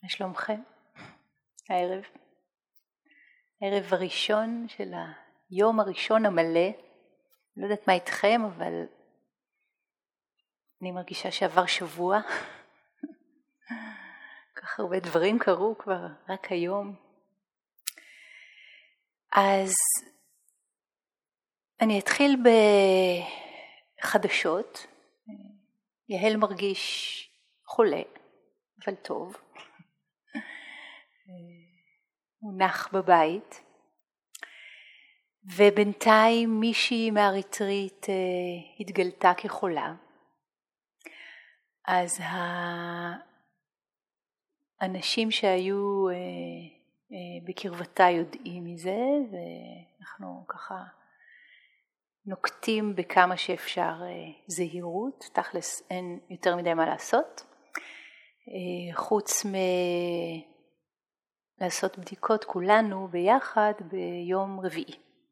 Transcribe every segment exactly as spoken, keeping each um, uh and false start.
מה שלומכם? הערב. הערב הראשון של היום הראשון המלא. לא יודעת מה איתכם, אבל אני מרגישה שעבר שבוע. כך הרבה דברים קרו כבר רק היום. אז אני אתחיל בחדשות. יהל מרגיש חולה, אבל טוב. הוא נח בבית. ובינתיים מישהי מהריטריט התגלתה כחולה. אז האנשים שהיו בקרבתה יודעים מזה, ואנחנו ככה נוקטים בכמה שאפשר זהירות, תכלס אין יותר מדי מה לעשות, חוץ מלעשות בדיקות כולנו ביחד ביום רביעי.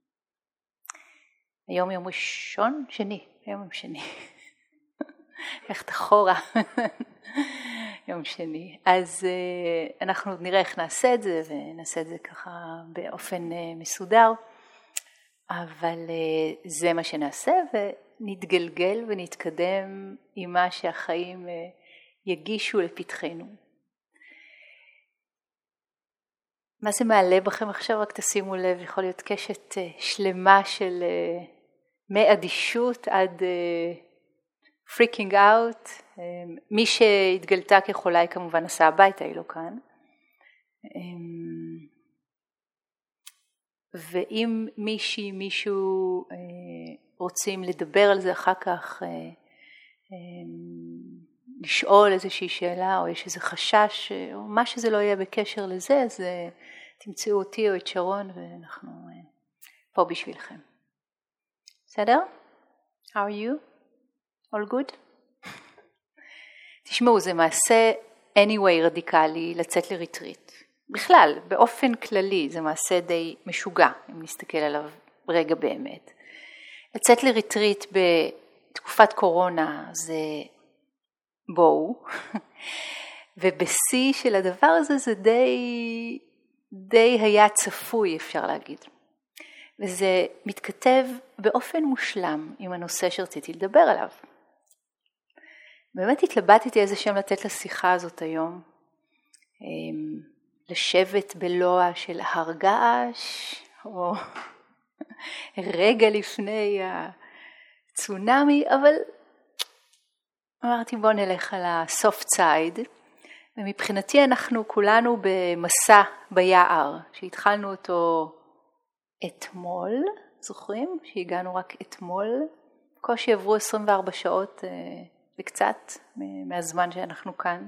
היום יום ראשון, שני, היום יום שני. הלכת אחורה. יום שני. אז אנחנו נראה איך נעשה את זה, ונעשה את זה ככה באופן מסודר. אבל זה מה שנעשה, ונתגלגל ונתקדם עם מה שהחיים יגישו לפתחנו. מה זה מעלה בכם עכשיו? רק תשימו לב, יכול להיות קשת שלמה של מאדישות עד freaking out. מי שהתגלתה כחולה היא כמובן נסעה הביתה, היא לא כאן. ואם מישהי, מישהו רוצים לדבר על זה אחר כך, לשאול איזושהי שאלה או יש איזה חשש או מה שזה לא יהיה בקשר לזה, אז תמצאו אותי או את שרון ואנחנו פה בשבילכם. בסדר? How are you? All good? תשמעו, זה מעשה anyway רדיקלי לצאת לריטריט. בכלל, באופן כללי זה מעשה די משוגע, אם נסתכל עליו רגע באמת. לצאת לריטריט בתקופת קורונה זה בואו, ובשיא של הדבר הזה זה די, די היה צפוי, אפשר להגיד. וזה מתכתב באופן מושלם עם הנושא שרציתי לדבר עליו. באמת התלבטתי איזה שם לתת לשיחה הזאת היום. לשבת בלוע של הר געש, או רגע לפני הצונמי, אבל אמרתי בוא נלך על הסופט סייד, ומבחינתי אנחנו כולנו במסע ביער, שהתחלנו אותו אתמול, זוכרים? שהגענו רק אתמול, קושי עברו עשרים וארבע שעות וקצת מהזמן שאנחנו כאן.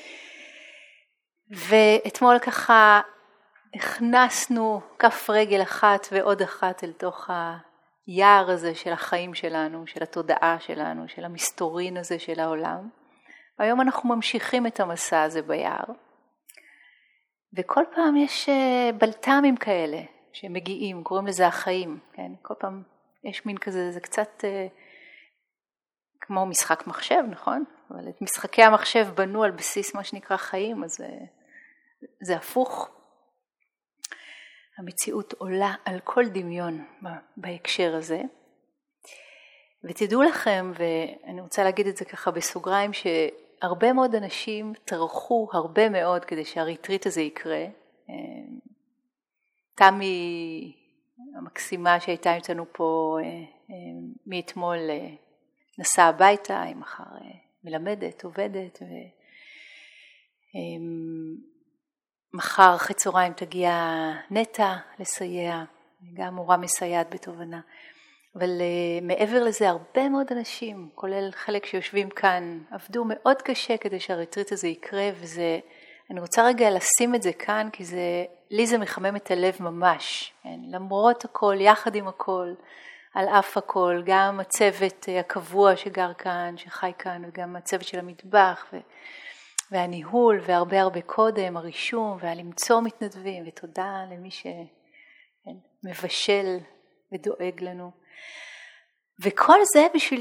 ואתמול ככה הכנסנו כף רגל אחת ועוד אחת אל תוך היער הזה של החיים שלנו, של התודעה שלנו, של המסתורין הזה של העולם. והיום אנחנו ממשיכים את המסע הזה ביער. וכל פעם יש בלטמים כאלה שמגיעים, קוראים לזה החיים. כן? כל פעם יש מין כזה, זה קצת כמו משחק מחשב, נכון? אבל את משחקי המחשב בנו על בסיס מה שנקרא חיים, אז זה, זה הפוך. המציאות עולה על כל דמיון בהקשר הזה. ותדעו לכם, ואני רוצה להגיד את זה ככה בסוגריים, שהרבה מאוד אנשים טרחו הרבה מאוד כדי שהריטריט הזה יקרה. תמי המקסימה שהייתה איתנו פה מאתמול נסעה הביתה, היא מחר מלמדת, עובדת, ומחר אחרי צהריים תגיע נטע לסייע, גם מורה מסייעת בתובנה. אבל מעבר לזה הרבה מאוד אנשים, כולל חלק שיושבים כאן, עבדו מאוד קשה כדי שהריטריט הזה יקרה, וזה, אני רוצה רגע לשים את זה כאן, כי זה, לי זה מחמם את הלב ממש, כן? למרות הכל, יחד עם הכל, על אף הכל, גם הצוות הקבוע שגר כאן, שחי כאן, וגם הצוות של המטבח, ו... והניהול, והרבה הרבה קודם, הרישום, והלמצוא מתנדבים, ותודה למי שמבשל ודואג לנו. וכל זה בשביל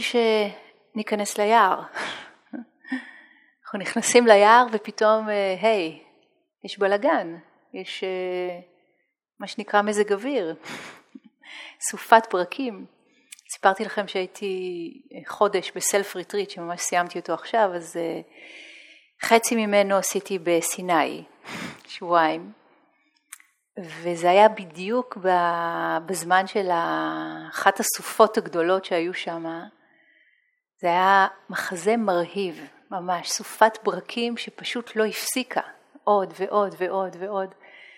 שניכנס ליער. אנחנו נכנסים ליער ופתאום, היי, יש בלגן, יש מה שנקרא מזג אוויר, סופת פרקים. סיפרתי לכם שהייתי חודש בסלף ריטריט, שממש סיימתי אותו עכשיו, אז חצי ממנו עשיתי בסיני, שבועיים. וזה היה בדיוק בזמן של אחת הסופות הגדולות שהיו שם. זה היה מחזה מרהיב, ממש, סופת ברקים שפשוט לא הפסיקה, עוד ועוד ועוד ועוד.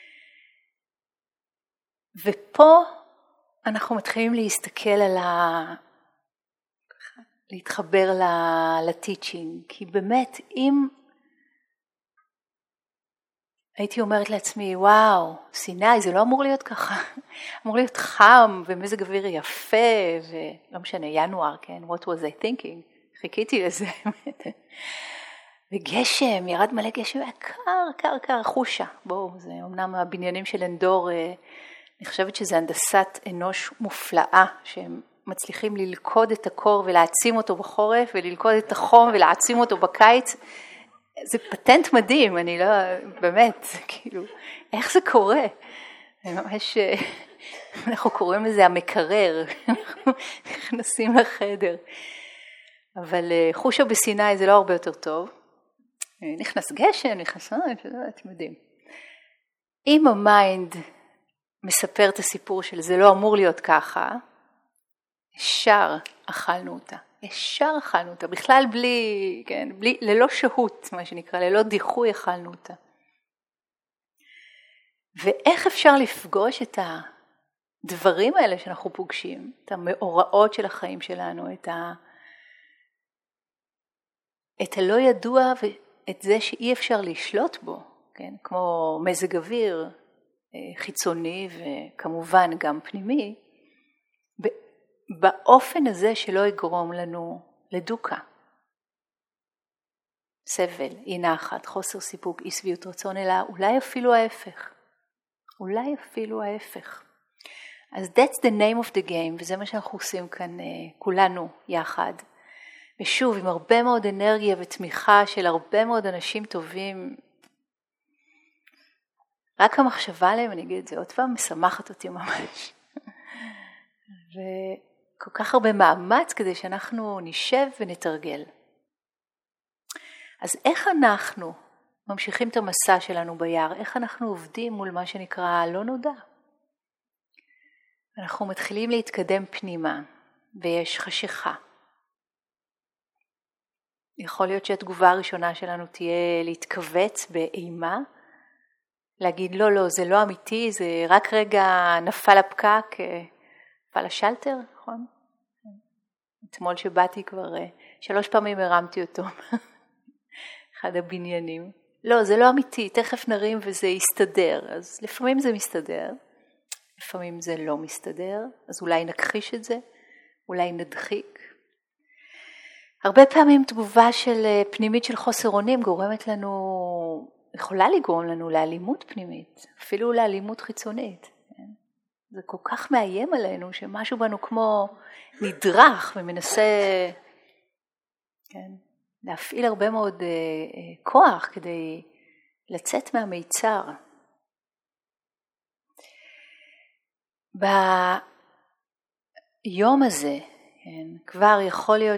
ופה אנחנו מתחילים להסתכל על ה... להתחבר לטיצ'ינג, כי באמת אם הייתי אומרת לעצמי, וואו, סיני, זה לא אמור להיות ככה, אמור להיות חם ומזג אוויר יפה, ולא משנה, ינואר, כן, what was I thinking, חיכיתי לזה, וגשם, ירד מלא גשם, היה קר, קר, קר, חושה, בואו, זה אמנם הבניינים של אנדור, אני חושבת שזה הנדסת אנוש מופלאה, שהם מצליחים ללכוד את הקור ולהעצים אותו בחורף, וללכוד את החום ולהעצים אותו בקיץ, זה פטנט מדהים, אני לא, באמת, כאילו, איך זה קורה? ממש, אנחנו קוראים לזה המקרר, אנחנו נכנסים לחדר. אבל חושה בסיני זה לא הרבה יותר טוב. נכנס גשם, נכנס, אתם יודעים. אם המיינד מספר את הסיפור של זה לא אמור להיות ככה, ישר אכלנו אותה. ישר אכלנו אותה, בכלל בלי, כן, בלי, ללא שהות, מה שנקרא, ללא דיחוי אכלנו אותה. ואיך אפשר לפגוש את הדברים האלה שאנחנו פוגשים, את המאורעות של החיים שלנו, את, ה, את הלא ידוע ואת זה שאי אפשר לשלוט בו, כן? כמו מזג אוויר חיצוני וכמובן גם פנימי, באופן הזה שלא יגרום לנו לדוקה, סבל, אי נחת, חוסר סיפוק, אי שביעות רצון, אלא אולי אפילו ההפך. אולי אפילו ההפך. אז that's the name of the game, וזה מה שאנחנו עושים כאן כולנו יחד. ושוב, עם הרבה מאוד אנרגיה ותמיכה של הרבה מאוד אנשים טובים, רק המחשבה עליהם, אני אגיד את זה עוד פעם, משמחת אותי ממש. ו... כל כך הרבה מאמץ כדי שאנחנו נשב ונתרגל. אז איך אנחנו ממשיכים את המסע שלנו ביער? איך אנחנו עובדים מול מה שנקרא לא נודע? אנחנו מתחילים להתקדם פנימה, ויש חשיכה. יכול להיות שהתגובה הראשונה שלנו תהיה להתכווץ באימה, להגיד לא, לא, זה לא אמיתי, זה רק רגע נפל הפקק, נפל השלטר, נכון? אתמול שבאתי כבר שלוש פעמים הרמתי אותו, אחד הבניינים. לא, זה לא אמיתי, תכף נרים וזה יסתדר. אז לפעמים זה מסתדר, לפעמים זה לא מסתדר, אז אולי נכחיש את זה, אולי נדחיק. הרבה פעמים תגובה של פנימית של חוסר אונים גורמת לנו, יכולה לגרום לנו לאלימות פנימית, אפילו לאלימות חיצונית. זה כל כך מאיים עלינו שמשהו בנו כמו נדרך ומנסה, כן, להפעיל הרבה מאוד uh, uh, כוח כדי לצאת מהמיצר. ביום הזה, כן, כבר יכול להיות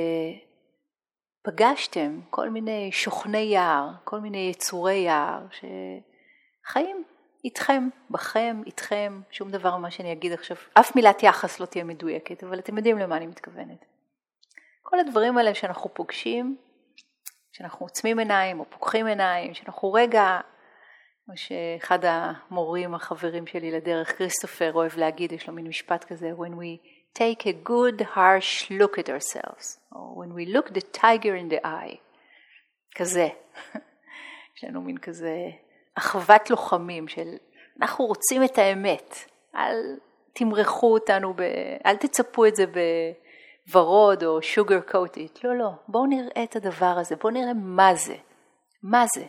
שפגשתם כל מיני שוכני יער, כל מיני יצורי יער שחיים איתכם, בכם, איתכם, שום דבר מה שאני אגיד עכשיו, אף מילת יחס לא תהיה מדויקת, אבל אתם יודעים למה אני מתכוונת. כל הדברים האלה שאנחנו פוגשים, שאנחנו עוצמים עיניים או פוקחים עיניים, שאנחנו רגע, כמו שאחד המורים, החברים שלי לדרך, כריסטופר, אוהב להגיד, יש לו מין משפט כזה, when we take a good harsh look at ourselves, or when we look the tiger in the eye, כזה. יש לנו מין כזה אחוות לוחמים של, אנחנו רוצים את האמת, אל תמרחו אותנו, ב, אל תצפו את זה בוורוד או sugar coated, לא, לא, בואו נראה את הדבר הזה, בואו נראה מה זה, מה זה.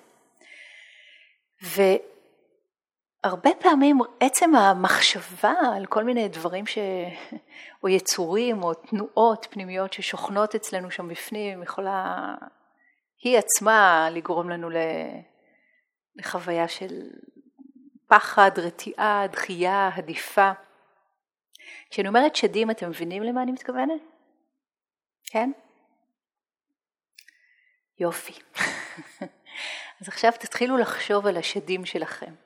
והרבה פעמים עצם המחשבה על כל מיני דברים ש... או יצורים או תנועות פנימיות ששוכנות אצלנו שם בפנים, יכולה היא עצמה לגרום לנו ל... לחוויה של פחד, רתיעה, דחייה, הדיפה. כשאני אומרת שדים, אתם מבינים למה אני מתכוונת? כן? יופי. אז עכשיו תתחילו לחשוב על השדים שלכם.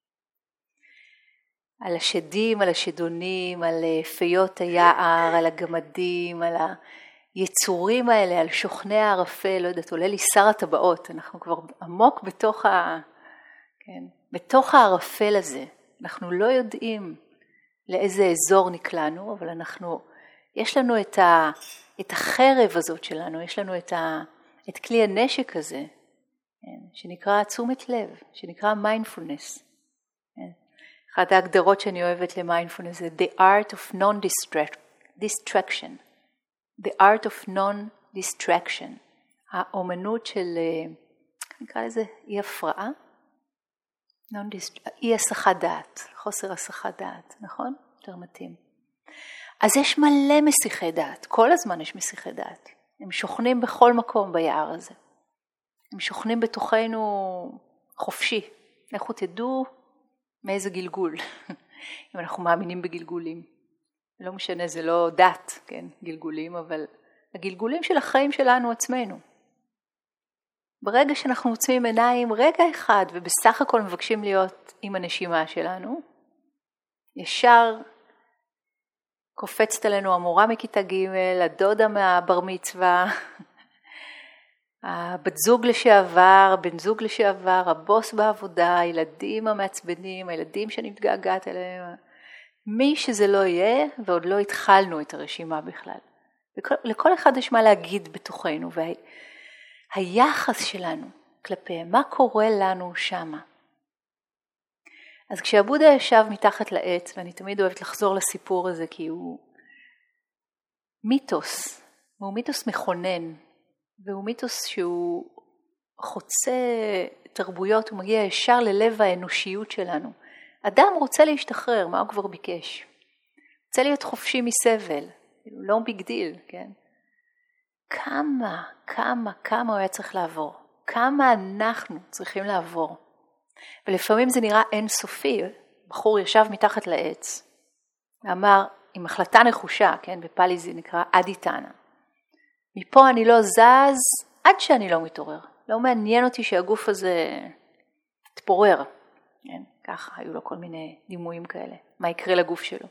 על השדים, על השדונים, על פיות היער, על הגמדים, על היצורים האלה, על שוכני הערפל, לא יודעת, עולה לי שר הטבעות, אנחנו כבר עמוק בתוך, ה... כן, בתוך הערפל הזה. אנחנו לא יודעים לאיזה אזור נקלענו, אבל אנחנו, יש לנו את, ה... את החרב הזאת שלנו, יש לנו את, ה... את כלי הנשק הזה, שנקרא תשומת לב, שנקרא מיינדפולנס. אחת ההגדרות שאני אוהבת למיינדפולנס זה the art of non-distraction. The art of non-distraction. האומנות של, נקרא לזה אי הפרעה, אי הסחת דעת, חוסר הסחת דעת, נכון? יותר מתאים. אז יש מלא מסיחי דעת, כל הזמן יש מסיחי דעת. הם שוכנים בכל מקום ביער הזה. הם שוכנים בתוכנו חופשי. לכו תדעו מאיזה גלגול, אם אנחנו מאמינים בגלגולים. לא משנה, זה לא דת, כן, גלגולים, אבל הגלגולים של החיים שלנו עצמנו. ברגע שאנחנו עוצמים עיניים רגע אחד, ובסך הכל מבקשים להיות עם הנשימה שלנו, ישר קופצת עלינו המורה מכיתה ג', הדודה מהבר מצווה, הבת זוג לשעבר, בן זוג לשעבר, הבוס בעבודה, הילדים המעצבנים, הילדים שאני מתגעגעת אליהם, מי שזה לא יהיה, ועוד לא התחלנו את הרשימה בכלל. לכל, לכל אחד יש מה להגיד בתוכנו, והיחס שלנו כלפיהם, מה קורה לנו שמה. אז כשהבודה ישב מתחת לעץ, ואני תמיד אוהבת לחזור לסיפור הזה, כי הוא מיתוס, הוא מיתוס מכונן, והוא מיתוס שהוא חוצה תרבויות, הוא מגיע ישר ללב האנושיות שלנו. אדם רוצה להשתחרר, מה הוא כבר ביקש? רוצה להיות חופשי מסבל, לא ביג דיל, כן? כמה, כמה, כמה הוא היה צריך לעבור? כמה אנחנו צריכים לעבור? ולפעמים זה נראה אינסופי. בחור ישב מתחת לעץ, ואמר, עם החלטה נחושה, כן? בפאלי זה נקרא אדיטנה. מפה אני לא זז עד שאני לא מתעורר. לא מעניין אותי שהגוף הזה תפורר. כן? ככה, היו לו כל מיני דימויים כאלה. מה יקרה לגוף שלו?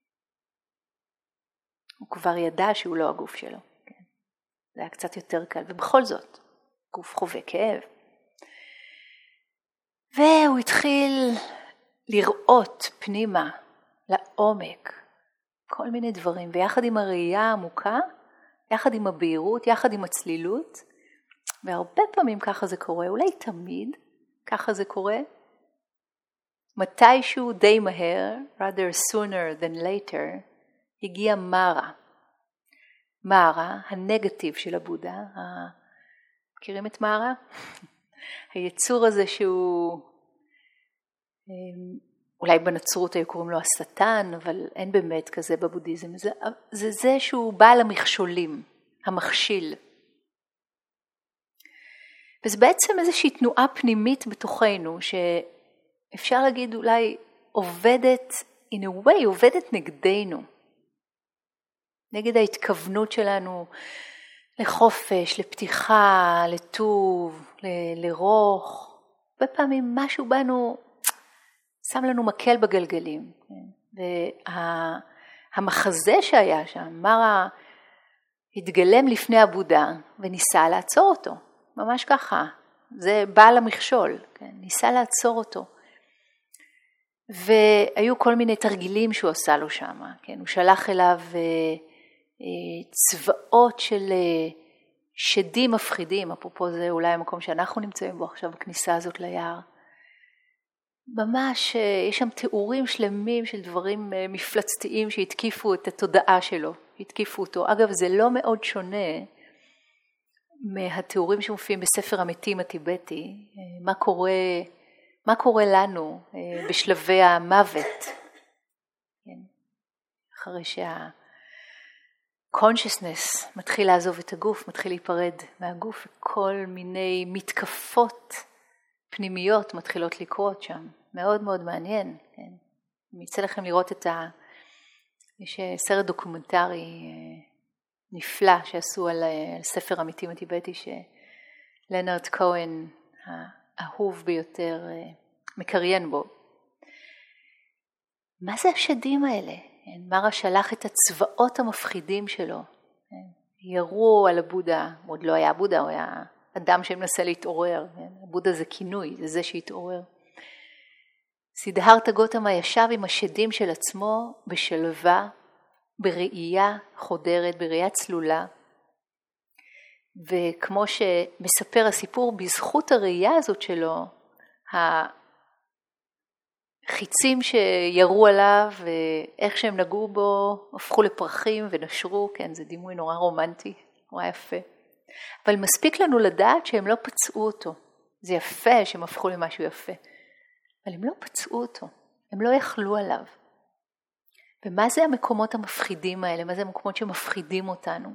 הוא כבר ידע שהוא לא הגוף שלו. כן? זה היה קצת יותר קל, ובכל זאת, גוף חווה כאב. והוא התחיל לראות פנימה, לעומק, כל מיני דברים, ויחד עם הראייה העמוקה, יחד עם הבהירות, יחד עם הצלילות, והרבה פעמים ככה זה קורה, אולי תמיד ככה זה קורה, מתישהו די מהר, rather sooner than later, הגיע מרה. מרה, הנגטיב של הבודה, מכירים את מרה? היצור הזה שהוא, אולי בנצרות היו קוראים לו השטן, אבל אין באמת כזה בבודהיזם. זה, זה זה שהוא בעל המכשולים, המכשיל. וזה בעצם איזושהי תנועה פנימית בתוכנו, שאפשר להגיד אולי עובדת, in a way, עובדת נגדנו. נגד ההתכוונות שלנו לחופש, לפתיחה, לטוב, ל- לרוך. בפעמים משהו בנו שם לנו מקל בגלגלים. והמחזה שהיה שם, מרה התגלם לפני הבודה וניסה לעצור אותו. ממש ככה. זה בעל המכשול. כן? ניסה לעצור אותו. והיו כל מיני תרגילים שהוא עשה לו שם. כן? הוא שלח אליו צבאות של שדים מפחידים, אפרופו זה אולי המקום שאנחנו נמצאים בו עכשיו בכניסה הזאת ליער. ממש יש שם תיאורים שלמים של דברים מפלצתיים שהתקיפו את התודעה שלו, התקיפו אותו. אגב, זה לא מאוד שונה מהתיאורים שמופיעים בספר המתים הטיבטי, מה קורה, מה קורה לנו בשלבי המוות. אחרי שה consciousness מתחיל לעזוב את הגוף, מתחיל להיפרד מהגוף, כל מיני מתקפות פנימיות מתחילות לקרות שם. מאוד מאוד מעניין. כן? אני אצא לכם לראות את ה... יש סרט דוקומנטרי נפלא שעשו על, על ספר אמיתי מטיבטי שלנרד כהן האהוב ביותר מקריין בו. מה זה השדים האלה? מרה שלח את הצבאות המפחידים שלו. ירו על הבודה, עוד לא היה בודה, הוא היה אדם שמנסה להתעורר. הבודה זה כינוי, זה זה שהתעורר. סידהרתה גותמה ישב עם השדים של עצמו בשלווה, בראייה חודרת, בראייה צלולה. וכמו שמספר הסיפור, בזכות הראייה הזאת שלו, החיצים שירו עליו ואיך שהם נגעו בו הפכו לפרחים ונשרו, כן, זה דימוי נורא רומנטי, נורא יפה. אבל מספיק לנו לדעת שהם לא פצעו אותו. זה יפה שהם הפכו למשהו יפה. אבל הם לא פצעו אותו, הם לא יכלו עליו. ומה זה המקומות המפחידים האלה? מה זה המקומות שמפחידים אותנו?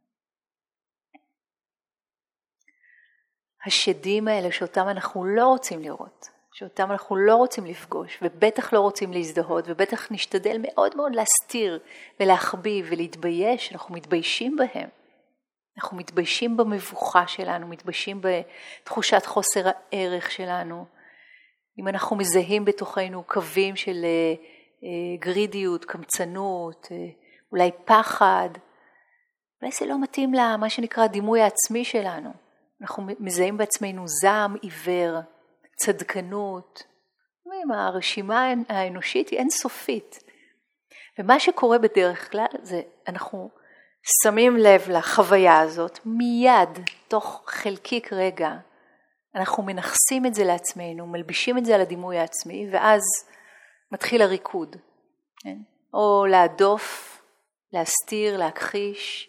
השדים האלה שאותם אנחנו לא רוצים לראות, שאותם אנחנו לא רוצים לפגוש, ובטח לא רוצים להזדהות, ובטח נשתדל מאוד מאוד להסתיר ולהחביא ולהתבייש, אנחנו מתביישים בהם. אנחנו מתביישים במבוכה שלנו, מתביישים בתחושת חוסר הערך שלנו. אם אנחנו מזהים בתוכנו קווים של גרידיות, קמצנות, אולי פחד, אולי זה לא מתאים למה שנקרא הדימוי העצמי שלנו. אנחנו מזהים בעצמנו זעם, עיוור, צדקנות. הרשימה האנושית היא אינסופית. ומה שקורה בדרך כלל זה אנחנו שמים לב לחוויה הזאת, מיד, תוך חלקיק רגע, אנחנו מנחסים את זה לעצמנו, מלבישים את זה על הדימוי העצמי, ואז מתחיל הריקוד. כן? או להדוף, להסתיר, להכחיש,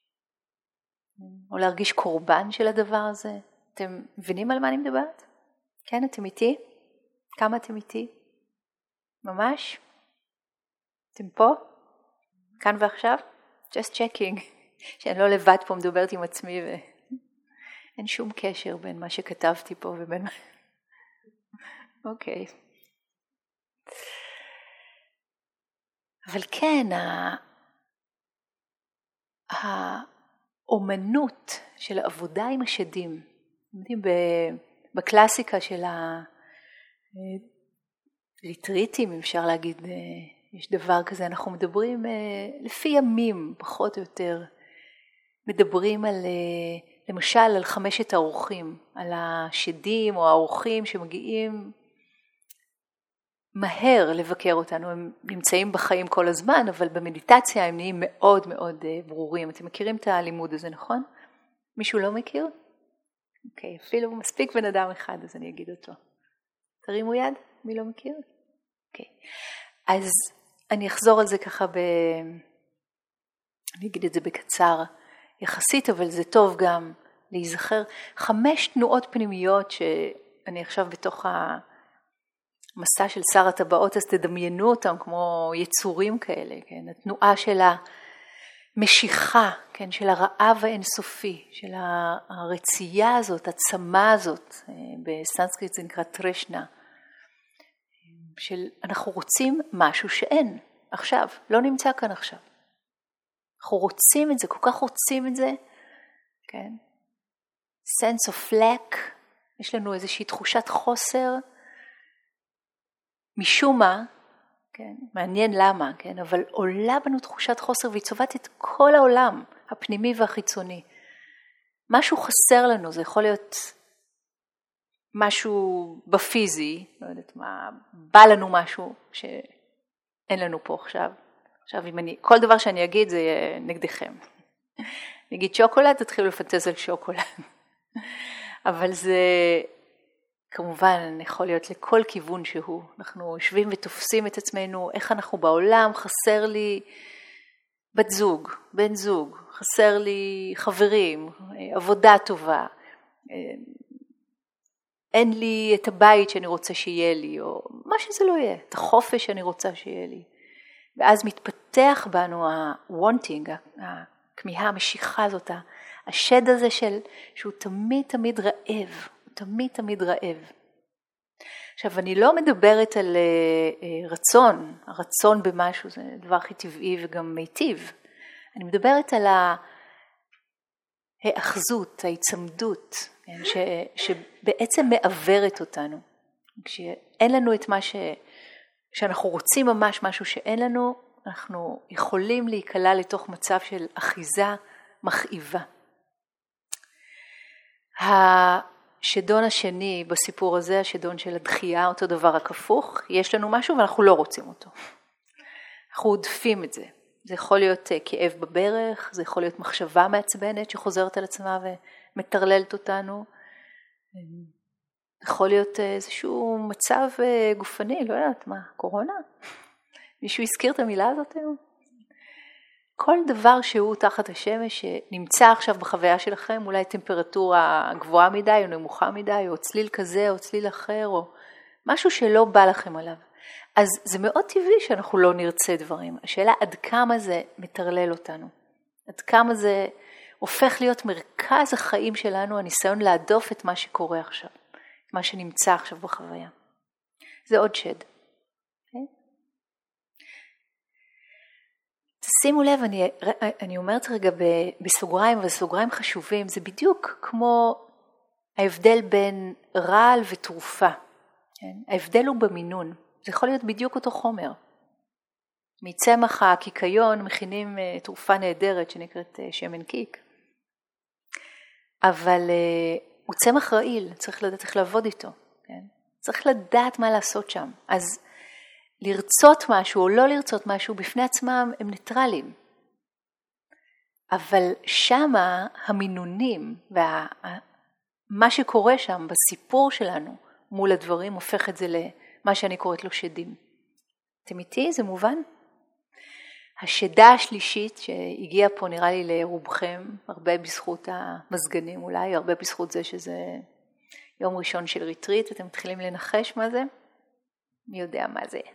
או להרגיש קורבן של הדבר הזה. אתם מבינים על מה אני מדברת? כן, אתם איתי? כמה אתם איתי? ממש? אתם פה? כאן ועכשיו? Just checking. שאני לא לבד פה מדברת עם עצמי ואין שום קשר בין מה שכתבתי פה ובין מה... אוקיי. אבל כן, האומנות של העבודה עם השדים, בקלאסיקה של הריטריטים, אם אפשר להגיד, יש דבר כזה, אנחנו מדברים לפי ימים, פחות או יותר, מדברים על, למשל, על חמשת האורחים, על השדים או האורחים שמגיעים מהר לבקר אותנו. הם נמצאים בחיים כל הזמן, אבל במדיטציה הם נהיים מאוד מאוד ברורים. אתם מכירים את הלימוד הזה, נכון? מישהו לא מכיר? אוקיי, אפילו מספיק בן אדם אחד, אז אני אגיד אותו. תרימו יד? מי לא מכיר? אוקיי. אז אני אחזור על זה ככה ב... אני אגיד את זה בקצר יחסית, אבל זה טוב גם להיזכר. חמש תנועות פנימיות שאני עכשיו בתוך המסע של שר הטבעות, אז תדמיינו אותם כמו יצורים כאלה, כן? התנועה של המשיכה, כן? של הרעב האינסופי, של הרצייה הזאת, הצמא הזאת, בסנסקריט זה נקרא טרשנה, של אנחנו רוצים משהו שאין עכשיו, לא נמצא כאן עכשיו. אנחנו רוצים את זה, כל כך רוצים את זה, כן? sense of lack, יש לנו איזושהי תחושת חוסר, משום מה, כן? מעניין למה, כן? אבל עולה בנו תחושת חוסר והיא צובעת את כל העולם, הפנימי והחיצוני. משהו חסר לנו, זה יכול להיות משהו בפיזי, לא יודעת מה, בא לנו משהו שאין לנו פה עכשיו. עכשיו, אם אני, כל דבר שאני אגיד זה יהיה נגדכם. אני אגיד שוקולד, תתחילו לפנטז על שוקולד. אבל זה, כמובן, יכול להיות לכל כיוון שהוא. אנחנו יושבים ותופסים את עצמנו, איך אנחנו בעולם, חסר לי בת זוג, בן זוג, חסר לי חברים, עבודה טובה, אין לי את הבית שאני רוצה שיהיה לי, או מה שזה לא יהיה, את החופש שאני רוצה שיהיה לי. ואז מתפתח בנו ה-wanting, הכמיהה, המשיכה הזאת, השד הזה של, שהוא תמיד תמיד רעב, הוא תמיד תמיד רעב. עכשיו, אני לא מדברת על רצון, הרצון במשהו, זה דבר הכי טבעי וגם מיטיב. אני מדברת על ההאחזות, ההיצמדות, ש, שבעצם מעברת אותנו. כשאין לנו את מה ש, שאנחנו רוצים ממש משהו שאין לנו, אנחנו יכולים להיקלע לתוך מצב של אחיזה מכאיבה. השדון השני בסיפור הזה, השדון של הדחייה, אותו דבר רק הפוך, יש לנו משהו ואנחנו לא רוצים אותו. אנחנו עודפים את זה. זה יכול להיות כאב בברך, זה יכול להיות מחשבה מעצבנת שחוזרת על עצמה ומטרללת אותנו. יכול להיות איזשהו מצב גופני, לא יודעת מה, קורונה? מישהו הזכיר את המילה הזאת היום? כל דבר שהוא תחת השמש שנמצא עכשיו בחוויה שלכם, אולי טמפרטורה גבוהה מדי או נמוכה מדי, או צליל כזה או צליל אחר, או משהו שלא בא לכם עליו. אז זה מאוד טבעי שאנחנו לא נרצה דברים. השאלה עד כמה זה מטרלל אותנו. עד כמה זה הופך להיות מרכז החיים שלנו, הניסיון להדוף את מה שקורה עכשיו. את מה שנמצא עכשיו בחוויה. זה עוד שד. Okay? שימו לב, אני, אני אומרת רגע בסוגריים, וסוגריים חשובים, זה בדיוק כמו ההבדל בין רעל ותרופה. כן? ההבדל הוא במינון. זה יכול להיות בדיוק אותו חומר. מצמח הקיקיון מכינים תרופה נהדרת שנקראת שמן קיק. אבל הוא צמח רעיל, צריך לדעת איך לעבוד איתו. כן? צריך לדעת מה לעשות שם. אז לרצות משהו או לא לרצות משהו בפני עצמם הם ניטרלים. אבל שמה המינונים ומה שקורה שם בסיפור שלנו מול הדברים הופך את זה למה שאני קוראת לו שדים. אתם איתי? זה מובן? השדה השלישית שהגיעה פה נראה לי לרובכם, הרבה בזכות המסגנים אולי, הרבה בזכות זה שזה יום ראשון של ריטריט, אתם מתחילים לנחש מה זה? מי יודע מה זה?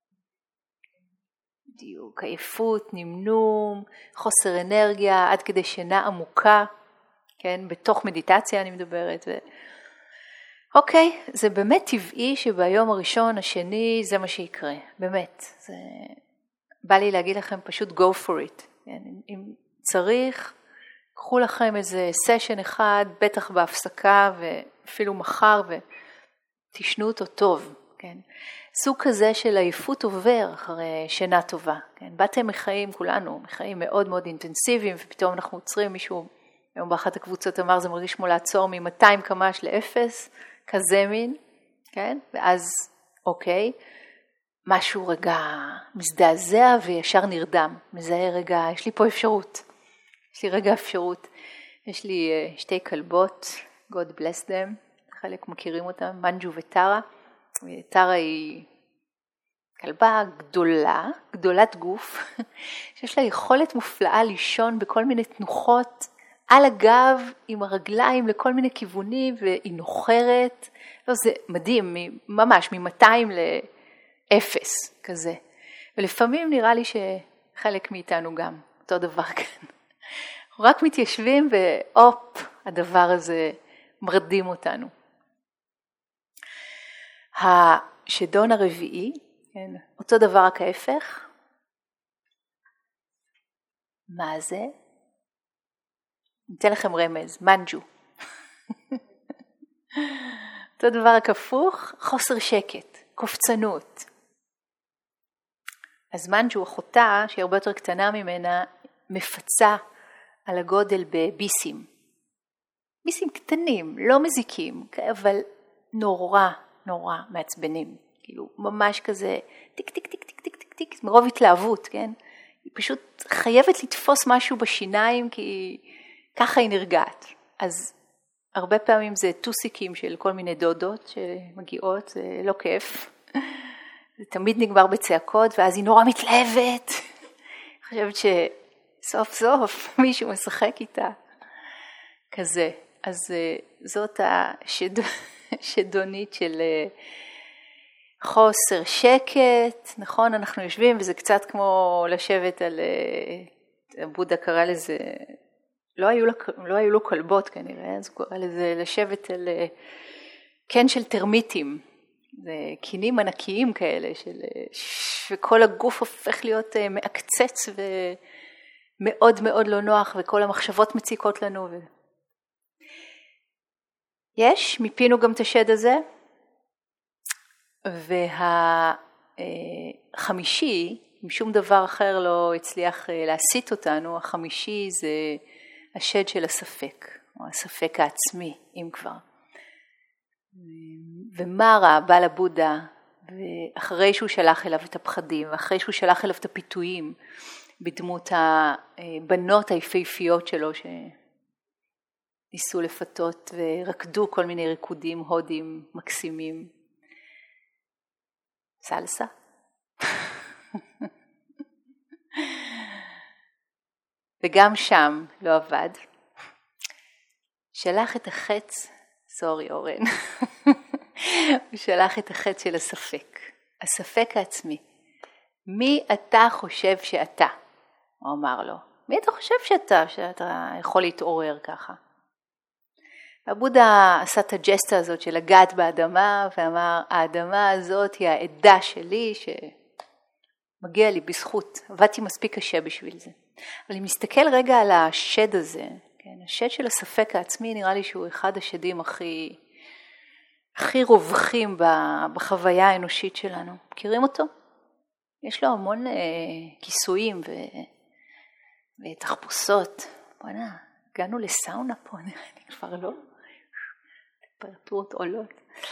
בדיוק, עייפות, נמנום, חוסר אנרגיה, עד כדי שינה עמוקה, כן, בתוך מדיטציה אני מדברת. ו... אוקיי, זה באמת טבעי שביום הראשון, השני, זה מה שיקרה, באמת. זה... בא לי להגיד לכם פשוט go for it. כן? אם צריך, קחו לכם איזה סשן אחד, בטח בהפסקה ואפילו מחר, ותשנו אותו טוב. כן? סוג כזה של עייפות עובר אחרי שינה טובה. כן? באתם מחיים, כולנו, מחיים מאוד מאוד אינטנסיביים, ופתאום אנחנו עוצרים מישהו, היום באחת הקבוצות אמר, זה מרגיש כמו לעצור מ-מאתיים קמ"ש לאפס, כזה מין, כן? ואז, אוקיי, משהו רגע מזדעזע וישר נרדם. מזהה רגע, יש לי פה אפשרות. יש לי רגע אפשרות. יש לי שתי כלבות, God bless them, חלק מכירים אותם, מנג'ו וטרה. טרה היא כלבה גדולה, גדולת גוף, שיש לה יכולת מופלאה לישון בכל מיני תנוחות, על הגב, עם הרגליים לכל מיני כיוונים, והיא נוחרת. לא, זה מדהים, ממש, מ-מאתיים ל-אפס כזה. ולפעמים נראה לי שחלק מאיתנו גם, אותו דבר כאן. רק מתיישבים ואופ, הדבר הזה מרדים אותנו. השדון הרביעי, כן, אותו דבר רק ההפך. מה זה? ניתן לכם רמז, מנג'ו. אותו דבר רק הפוך, חוסר שקט, קופצנות. אז מנג'ו, אחותה, שהיא הרבה יותר קטנה ממנה, מפצה על הגודל בביסים. ביסים קטנים, לא מזיקים, אבל נורא, נורא מעצבנים. כאילו, ממש כזה, טיק, טיק, טיק, טיק, טיק, טיק, טיק, מרוב התלהבות, כן? היא פשוט חייבת לתפוס משהו בשיניים, כי ככה היא נרגעת. אז הרבה פעמים זה טוסיקים של כל מיני דודות שמגיעות, זה לא כיף. זה תמיד נגמר בצעקות, ואז היא נורא מתלהבת. אני חושבת שסוף סוף מישהו משחק איתה. כזה. אז זאת השדונית של חוסר שקט, נכון? אנחנו יושבים, וזה קצת כמו לשבת על, בודה קרא לזה, לא היו לו, לא היו לו כלבות כנראה, אז הוא קרא לזה לשבת על, כן, של טרמיטים, זה קינים ענקיים כאלה, של, שכל הגוף הופך להיות מעקצץ ומאוד מאוד לא נוח, וכל המחשבות מציקות לנו. ו... יש, מיפינו גם את השד הזה, והחמישי, אם שום דבר אחר לא הצליח להסיט אותנו, החמישי זה השד של הספק, או הספק העצמי, אם כבר. ומרה בא לבודה, ואחרי שהוא שלח אליו את הפחדים, ואחרי שהוא שלח אליו את הפיתויים, בדמות הבנות היפהפיות שלו, שניסו לפתות ורקדו כל מיני ריקודים הודים מקסימים. סלסה. וגם שם לא עבד. שלח את החץ, סורי אורן, הוא שלח את החץ של הספק, הספק העצמי. מי אתה חושב שאתה? הוא אמר לו. מי אתה חושב שאתה, שאתה יכול להתעורר ככה? הבודה עשה את הג'סטה הזאת של לגעת באדמה, ואמר, האדמה הזאת היא העדה שלי, שמגיע לי בזכות, עבדתי מספיק קשה בשביל זה. אבל אם נסתכל רגע על השד הזה, כן, השד של הספק העצמי, נראה לי שהוא אחד השדים הכי, הכי רווחים בחוויה האנושית שלנו. מכירים אותו? יש לו המון אה, כיסויים ו... ותחפושות. בוא'נה, הגענו לסאונה פה, נראה לי כבר לא. טמפרטורות עולות.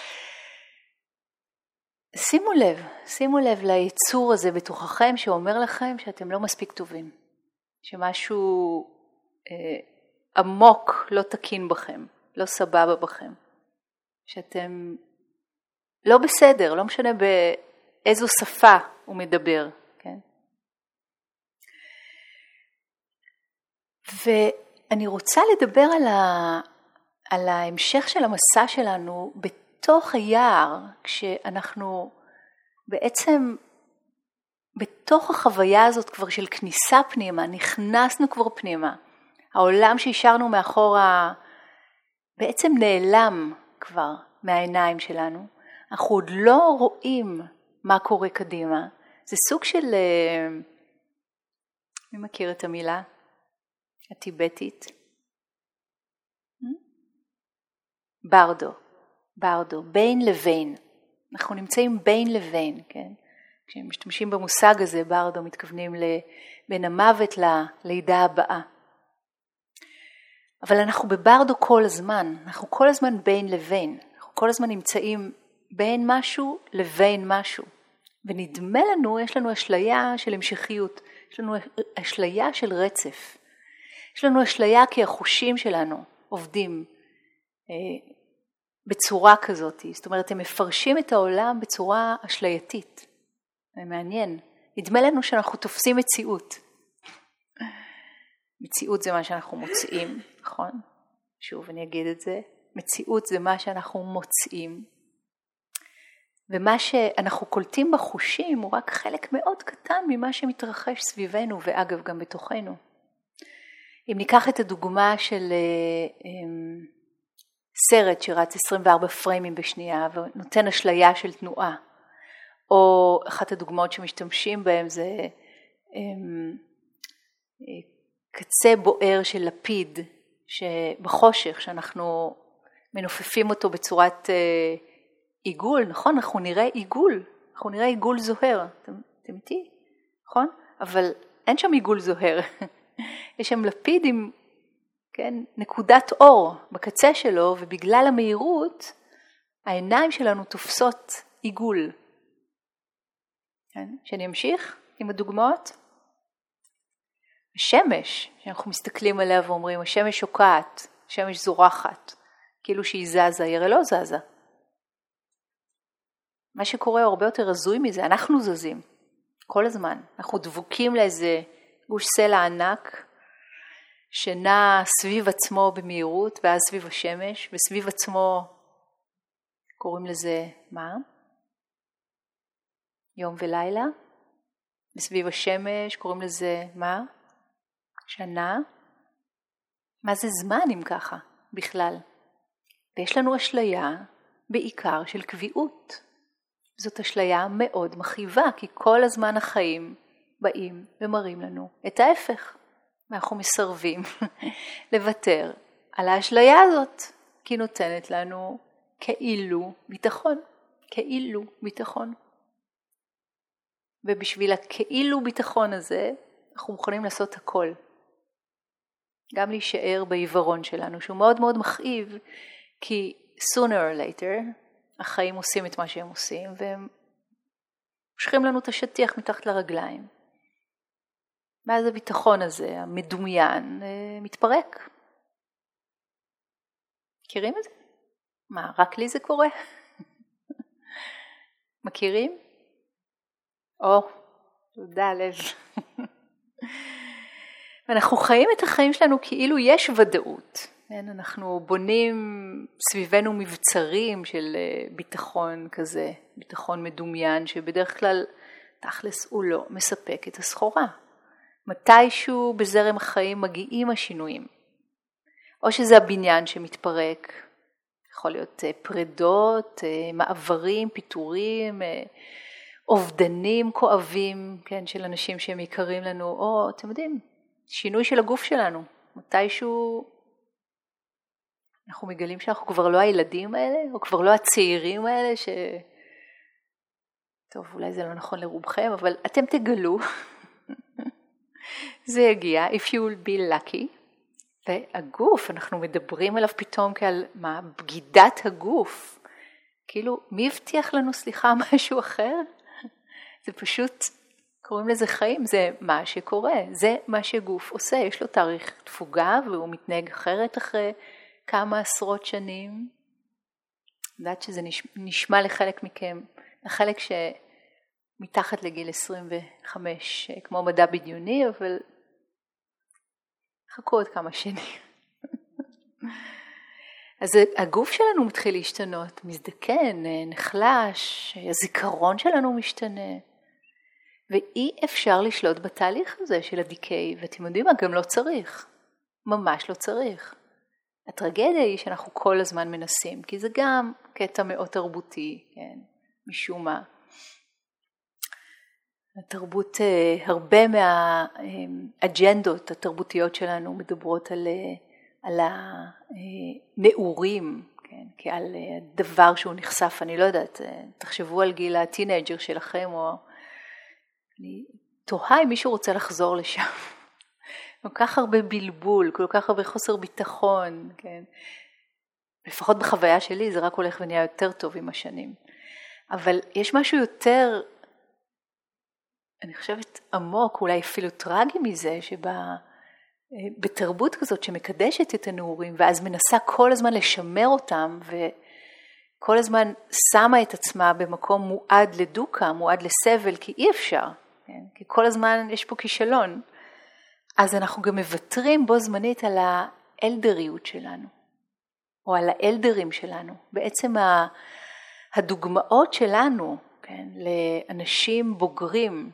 שימו לב, שימו לב ליצור הזה בתוככם שאומר לכם שאתם לא מספיק טובים. שמשהו אה, עמוק לא תקין בכם, לא סבבה בכם. שאתם לא בסדר, לא משנה באיזו שפה הוא מדבר, כן? ואני רוצה לדבר על, ה, על ההמשך של המסע שלנו בתוך היער, כשאנחנו בעצם בתוך החוויה הזאת כבר של כניסה פנימה, נכנסנו כבר פנימה. העולם שהשארנו מאחורה בעצם נעלם כבר מהעיניים שלנו. אנחנו עוד לא רואים מה קורה קדימה. זה סוג של, מי מכיר את המילה? הטיבטית. ברדו, ברדו, בין לבין. אנחנו נמצאים בין לבין, כן? כשמשתמשים במושג הזה, ברדו, מתכוונים בין המוות ללידה הבאה. אבל אנחנו בברדו כל הזמן, אנחנו כל הזמן בין לבין. אנחנו כל הזמן נמצאים בין משהו לבין משהו. ונדמה לנו, יש לנו אשליה של המשכיות, יש לנו אשליה של רצף. יש לנו אשליה כי החושים שלנו עובדים אה, בצורה כזאת. זאת אומרת, הם מפרשים את העולם בצורה אשלייתית. זה מעניין. נדמה לנו שאנחנו תופסים מציאות. מציאות זה מה שאנחנו מוצאים, נכון? שוב, אני אגיד את זה. מציאות זה מה שאנחנו מוצאים. ומה שאנחנו קולטים בחושים הוא רק חלק מאוד קטן ממה שמתרחש סביבנו, ואגב גם בתוכנו. אם ניקח את הדוגמה של סרט שרץ עשרים וארבע פריימים בשנייה ונותן אשליה של תנועה, או אחת הדוגמאות שמשתמשים בהם זה קצה בוער של לפיד שבחושך שאנחנו מנופפים אותו בצורת עיגול, נכון? אנחנו נראה עיגול, אנחנו נראה עיגול זוהר, אתם, אתם איתי? נכון? אבל אין שם עיגול זוהר, יש שם לפיד עם כן, נקודת אור בקצה שלו, ובגלל המהירות העיניים שלנו תופסות עיגול. כן? שאני אמשיך עם הדוגמאות. השמש, שאנחנו מסתכלים עליה ואומרים, השמש שוקעת, השמש זורחת, כאילו שהיא זזה, היא הרי לא זזה. מה שקורה הרבה יותר רזוי מזה, אנחנו זזים כל הזמן. אנחנו דבוקים לאיזה גוש סלע ענק, שנע סביב עצמו במהירות, ואז סביב השמש, וסביב עצמו קוראים לזה מה? יום ולילה. וסביב השמש קוראים לזה מה? שנה. מה זה זמן אם ככה בכלל? ויש לנו אשליה בעיקר של קביעות. זאת אשליה מאוד מכאיבה, כי כל הזמן החיים באים ומראים לנו את ההפך. אנחנו מסרבים לוותר על האשליה הזאת, כי נותנת לנו כאילו ביטחון, כאילו ביטחון. ובשביל הכאילו ביטחון הזה, אנחנו מוכנים לעשות הכל. גם להישאר בעיוורון שלנו, שהוא מאוד מאוד מכאיב, כי sooner or later, החיים עושים את מה שהם עושים, והם משכים לנו את השטיח מתחת לרגליים. ואז הביטחון הזה, המדומיין, מתפרק. מכירים את זה? מה, רק לי זה קורה? מכירים? או, תודה לב. אנחנו חיים את החיים שלנו כאילו יש ודאות. אנחנו בונים סביבנו מבצרים של ביטחון כזה, ביטחון מדומיין, שבדרך כלל תכלס הוא לא מספק את הסחורה. מתישהו בזרם החיים מגיעים השינויים. או שזה הבניין שמתפרק, יכול להיות פרדות, מעברים, פיטורים, אובדנים כואבים, כן, של אנשים שהם יקרים לנו, או אתם יודעים, שינוי של הגוף שלנו. מתישהו אנחנו מגלים שאנחנו כבר לא הילדים האלה, או כבר לא הצעירים האלה, ש... טוב, אולי זה לא נכון לרובכם, אבל אתם תגלו, זה יגיע, if you will be lucky, והגוף, אנחנו מדברים עליו פתאום כעל מה? בגידת הגוף. כאילו, מי הבטיח לנו, סליחה, משהו אחר? זה פשוט, קוראים לזה חיים, זה מה שקורה, זה מה שגוף עושה, יש לו תאריך תפוגה, והוא מתנהג אחרת אחרי כמה עשרות שנים. יודעת שזה נשמע לחלק מכם, לחלק שמתחת לגיל עשרים וחמש, כמו מדע בדיוני, אבל חכו עוד כמה שנים. אז הגוף שלנו מתחיל להשתנות, מזדקן, נחלש, הזיכרון שלנו משתנה, ואי אפשר לשלוט בתהליך הזה של הדיקיי, ואתם יודעים מה, גם לא צריך, ממש לא צריך. הטרגדיה היא שאנחנו כל הזמן מנסים, כי זה גם קטע מאוד תרבותי, כן, משום מה. התרבות, הרבה מהאג'נדות התרבותיות שלנו מדברות על, על הנעורים, כן, כעל דבר שהוא נחשף, אני לא יודעת, תחשבו על גיל הטינג'ר שלכם, או אני תוהה אם מישהו רוצה לחזור לשם. כל כך הרבה בלבול, כל כך הרבה חוסר ביטחון, כן. לפחות בחוויה שלי זה רק הולך ונהיה יותר טוב עם השנים. אבל יש משהו יותר, אני חושבת עמוק, אולי אפילו טרגי מזה, שבתרבות כזאת שמקדשת את הנעורים, ואז מנסה כל הזמן לשמר אותם, וכל הזמן שמה את עצמה במקום מועד לדוקה, מועד לסבל, כי אי אפשר, כן? כי כל הזמן יש פה כישלון. אז אנחנו גם מבטרים בו זמנית על האלדריות שלנו, או על האלדרים שלנו. בעצם הדוגמאות שלנו, כן, לאנשים בוגרים,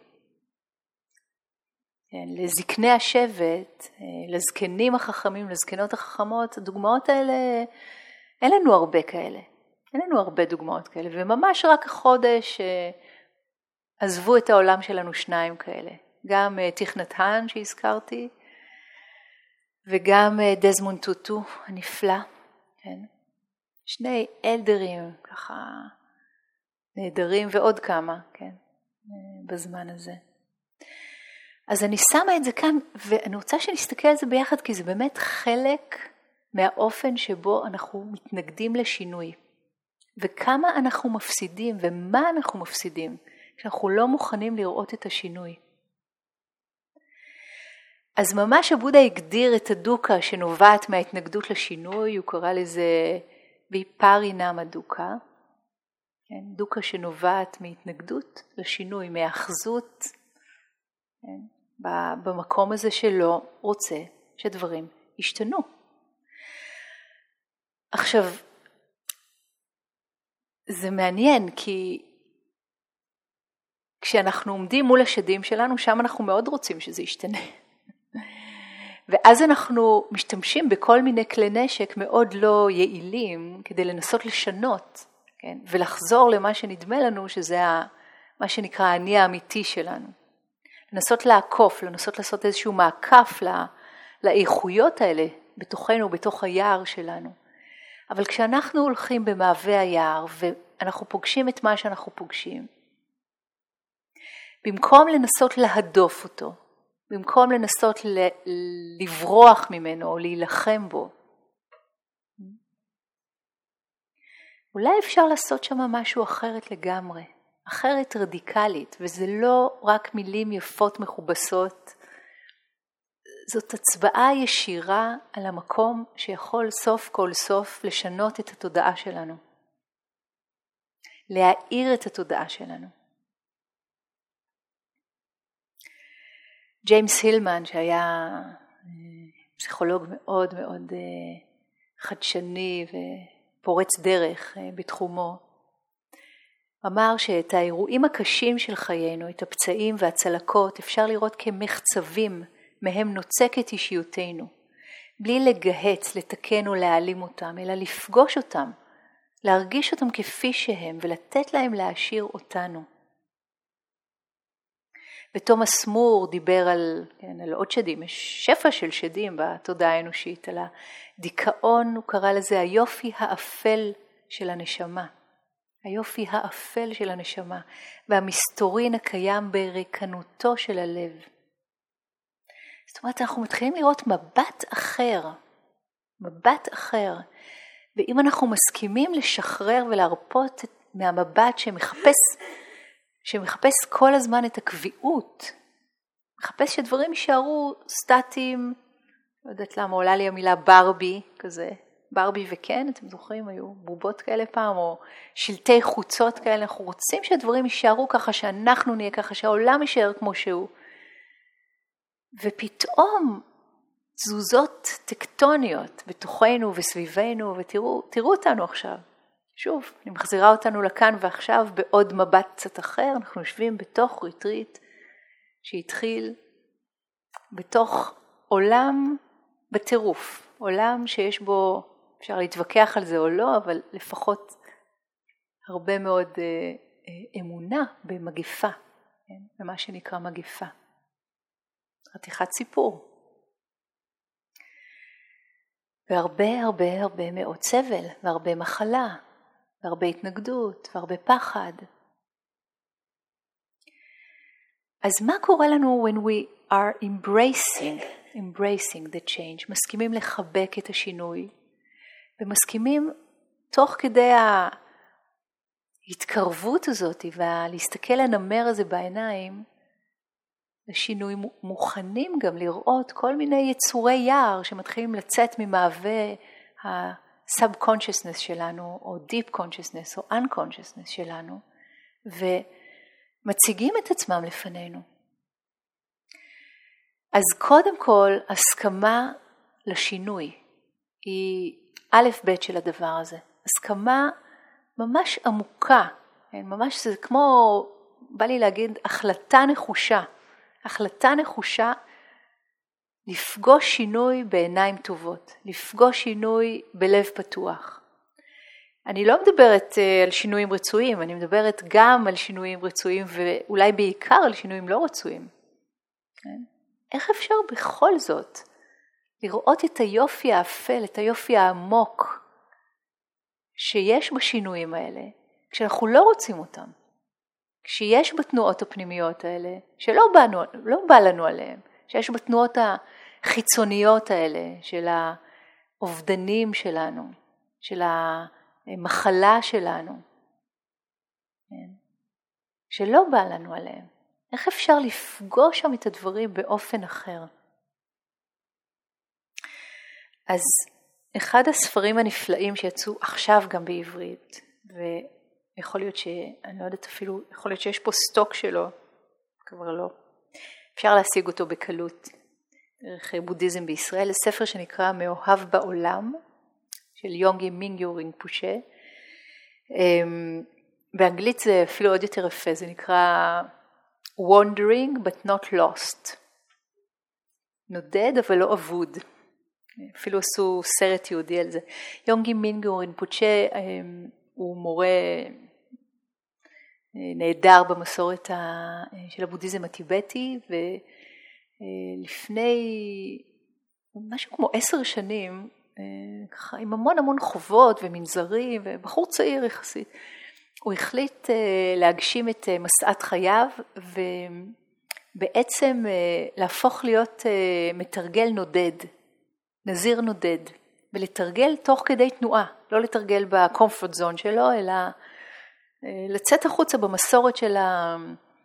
כן, לזקני השבט, לזקנים החכמים, לזקנות החכמות, הדוגמאות האלה, אין לנו הרבה כאלה. אין לנו הרבה דוגמאות כאלה, וממש רק החודש עזבו את העולם שלנו שניים כאלה. גם תכנתן שהזכרתי, וגם דזמונד טוטו הנפלא, כן? שני אלדרים ככה נהדרים ועוד כמה, כן? בזמן הזה. אז אני שמה את זה כאן, ואני רוצה שנסתכל על זה ביחד, כי זה באמת חלק מהאופן שבו אנחנו מתנגדים לשינוי. וכמה אנחנו מפסידים, ומה אנחנו מפסידים, כשאנחנו לא מוכנים לראות את השינוי. אז ממש הבודה הגדיר את הדוקה שנובעת מההתנגדות לשינוי, הוא קרא לזה ויפרינמה דוקה, כן? דוקה שנובעת מהתנגדות לשינוי, מהאחזות, כן? במקום הזה שלא רוצה שדברים ישתנו. עכשיו, זה מעניין כי כשאנחנו עומדים מול השדים שלנו, שם אנחנו מאוד רוצים שזה ישתנה. ואז אנחנו משתמשים בכל מיני כלי נשק מאוד לא יעילים כדי לנסות לשנות, כן? ולחזור למה שנדמה לנו שזה מה שנקרא האני האמיתי שלנו. לנסות לעקוף, לנסות לעשות איזשהו מעקף לאיכויות האלה בתוכנו, בתוך היער שלנו. אבל כשאנחנו הולכים במעבה היער ואנחנו פוגשים את מה שאנחנו פוגשים, במקום לנסות להדוף אותו, במקום לנסות לברוח ממנו או להילחם בו, אולי אפשר לעשות שם משהו אחרת לגמרי, אחרת רדיקלית, וזה לא רק מילים יפות מכובסות, זאת הצבעה ישירה על המקום שיכול סוף כל סוף לשנות את התודעה שלנו, להאיר את התודעה שלנו. ג'יימס הילמן, שהיה פסיכולוג מאוד מאוד חדשני ופורץ דרך בתחומו, אמר שאת האירועים הקשים של חיינו, את הפצעים והצלקות, אפשר לראות כמחצבים מהם נוצקת אישיותנו, בלי לגהץ, לתקן או להעלים אותם, אלא לפגוש אותם, להרגיש אותם כפי שהם ולתת להם להעשיר אותנו. ותומאס מור דיבר על, כן, על עוד שדים, יש שפע של שדים בתודעה האנושית, על הדיכאון, הוא קרא לזה היופי האפל של הנשמה. היופי האפל של הנשמה, והמסתורין הקיים בריקנותו של הלב. זאת אומרת, אנחנו מתחילים לראות מבט אחר, מבט אחר, ואם אנחנו מסכימים לשחרר ולהרפות מהמבט שמחפש, שמחפש כל הזמן את הקביעות, מחפש שדברים יישארו סטטיים, לא יודעת למה, עולה לי המילה ברבי כזה, ברבי וכן, אתם זוכרים, היו בובות כאלה פעם, או שלטי חוצות כאלה, אנחנו רוצים שהדברים יישארו ככה, שאנחנו נהיה ככה, שהעולם יישאר כמו שהוא. ופתאום תזוזות טקטוניות בתוכנו וסביבנו, ותראו תראו אותנו עכשיו. שוב, אני מחזירה אותנו לכאן ועכשיו בעוד מבט קצת אחר, אנחנו יושבים בתוך ריטריט שהתחיל בתוך עולם בטירוף, עולם שיש בו, אפשר להתווכח על זה או לא, אבל לפחות הרבה מאוד אה, אה, אמונה במגיפה, כן? במה שנקרא מגיפה. חתיכת סיפור. והרבה הרבה הרבה מאוד סבל, והרבה מחלה, והרבה התנגדות, והרבה פחד. אז מה קורה לנו when we are embracing, embracing the change, מסכימים לחבק את השינוי, ומסכימים תוך כדי ההתקרבות הזאת, ולהסתכל לנמר הזה בעיניים, לשינוי, מוכנים גם לראות כל מיני יצורי יער שמתחילים לצאת ממעווה ה-subconsciousness שלנו, או deep consciousness, או unconsciousness שלנו, ומציגים את עצמם לפנינו. אז קודם כל, הסכמה לשינוי היא א' ב' של הדבר הזה. הסכמה ממש עמוקה, ממש זה כמו, בא לי להגיד, החלטה נחושה. החלטה נחושה לפגוש שינוי בעיניים טובות, לפגוש שינוי בלב פתוח. אני לא מדברת על שינויים רצויים, אני מדברת גם על שינויים רצויים ואולי בעיקר על שינויים לא רצויים. כן? איך אפשר בכל זאת לראות את היופי האפל, את היופי העמוק שיש בשינויים האלה, כשאנחנו לא רוצים אותם? כשיש בתנועות הפנימיות האלה, שלא באנו, לא בא לנו עליהם, שיש בתנועות החיצוניות האלה, של האובדנים שלנו, של המחלה שלנו, שלא בא לנו עליהם. איך אפשר לפגוש שם את הדברים באופן אחר? אז אחד הספרים הנפלאים שיצאו עכשיו גם בעברית, ו... יכול להיות ש... אני לא יודעת אפילו, יכול להיות שיש פה סטוק שלו, כבר לא. אפשר להשיג אותו בקלות, דרך בודהיזם בישראל, ספר שנקרא מאוהב בעולם, של יונגי מיינגו רינפושה. באנגלית זה אפילו עוד יותר יפה, זה נקרא wandering but not lost. נודד אבל לא אבוד. אפילו עשו סרט יהודי על זה. יונגי מיינגו רינפושה, הוא מורה נהדר במסורת של הבודהיזם הטיבטי, ולפני משהו כמו עשר שנים, ככה עם המון המון חובות ומנזרים, ובחור צעיר יחסית, הוא החליט להגשים את מסעת חייו, ובעצם להפוך להיות מתרגל נודד, נזיר נודד, ולתרגל תוך כדי תנועה, לא לתרגל בקומפורט זון שלו, אלא לצאת החוצה במסורת של, ה...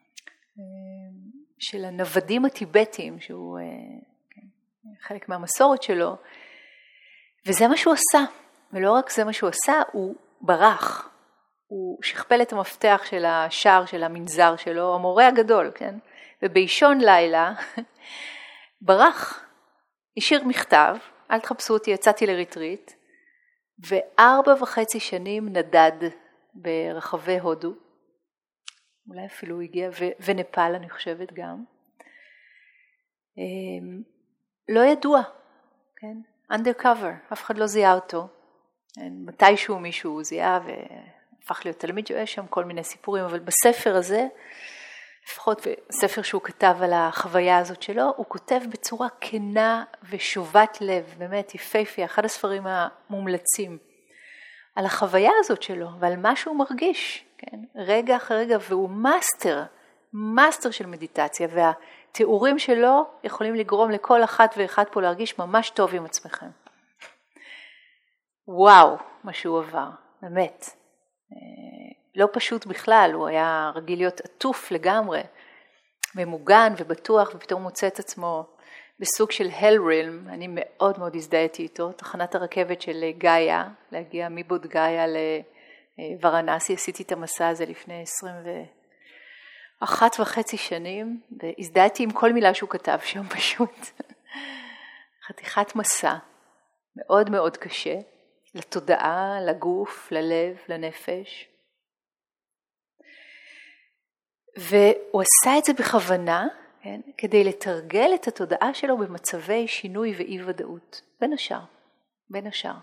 של הנוודים הטיבטיים, שהוא כן, חלק מהמסורת שלו, וזה מה שהוא עשה, ולא רק זה מה שהוא עשה, הוא ברח, הוא שכפל את המפתח של השער של המנזר שלו, המורה הגדול, כן? ובאישון לילה ברח, השאיר מכתב, אל תחפשו אותי, יצאתי לריטריט, וארבע וחצי שנים נדד ברחבי הודו, אולי אפילו הוא הגיע, ו- ונפל אני חושבת גם, לא ידוע, כן? undercover, אף אחד לא זיהה אותו, מתישהו מישהו זיהה והפך להיות תלמיד, יש שם כל מיני סיפורים, אבל בספר הזה, לפחות בספר שהוא כתב על החוויה הזאת שלו, הוא כותב בצורה כנה ושובת לב, באמת יפהפה, אחד הספרים המומלצים, על החוויה הזאת שלו ועל מה שהוא מרגיש, כן? רגע אחרי רגע, והוא מאסטר, מאסטר של מדיטציה, והתיאורים שלו יכולים לגרום לכל אחת ואחד פה להרגיש ממש טוב עם עצמכם. וואו, מה שהוא עבר, באמת. לא פשוט בכלל, הוא היה רגיל להיות עטוף לגמרי, ממוגן ובטוח, ופתאום מוצא את עצמו בסוג של hell realm, אני מאוד מאוד הזדהיתי איתו, תחנת הרכבת של גאיה, להגיע מבוד גאיה לוורנסי, עשיתי את המסע הזה לפני עשרים ואחת וחצי שנים, והזדהיתי עם כל מילה שהוא כתב שם פשוט. חתיכת מסע, מאוד מאוד קשה, לתודעה, לגוף, ללב, לנפש. והוא עשה את זה בכוונה, כן? כדי לתרגל את התודעה שלו במצבי שינוי ואי ודאות, בין השאר, בין השאר.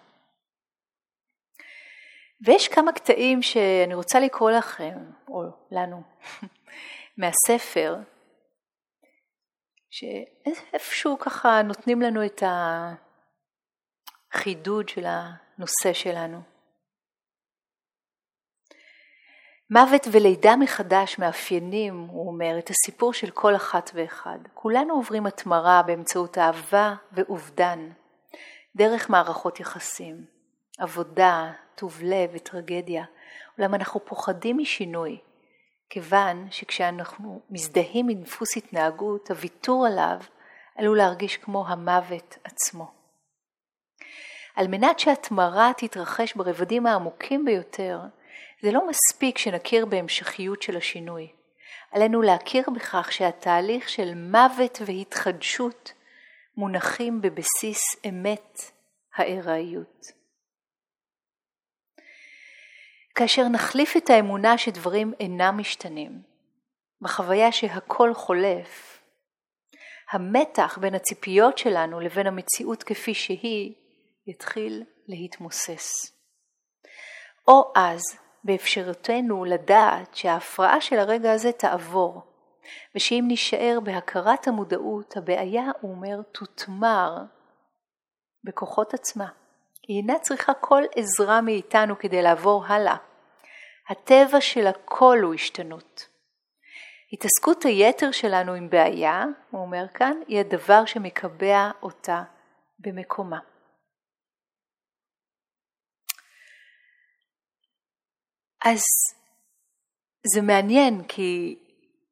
ויש כמה קטעים שאני רוצה לקרוא לכם, או לנו, מהספר, שאיפשהו ככה נותנים לנו את החידוד של הנושא שלנו. מוות ולידה מחדש מאפיינים, הוא אומר, את הסיפור של כל אחת ואחד. כולנו עוברים התמרה באמצעות אהבה ואובדן, דרך מערכות יחסים, עבודה, טוב לב וטרגדיה. אולם אנחנו פוחדים משינוי, כיוון שכשאנחנו מזדהים עם דפוס התנהגות, הוויתור עליו עלול להרגיש כמו המוות עצמו. על מנת שהתמרה תתרחש ברבדים העמוקים ביותר, זה לא מספיק שנכיר בהמשכיות של השינוי. עלינו להכיר בכך שהתהליך של מוות והתחדשות מונחים בבסיס אמת הארעיות. כאשר נחליף את האמונה שדברים אינם משתנים, בחוויה שהכל חולף, המתח בין הציפיות שלנו לבין המציאות כפי שהיא יתחיל להתמוסס. או אז, באפשרותנו לדעת שההפרעה של הרגע הזה תעבור, ושאם נשאר בהכרת המודעות, הבעיה, הוא אומר, תותמר בכוחות עצמה. היא אינה צריכה כל עזרה מאיתנו כדי לעבור הלאה. הטבע של הכל הוא השתנות. התעסקות היתר שלנו עם בעיה, הוא אומר כאן, היא הדבר שמקבע אותה במקומה. אז זה מעניין כי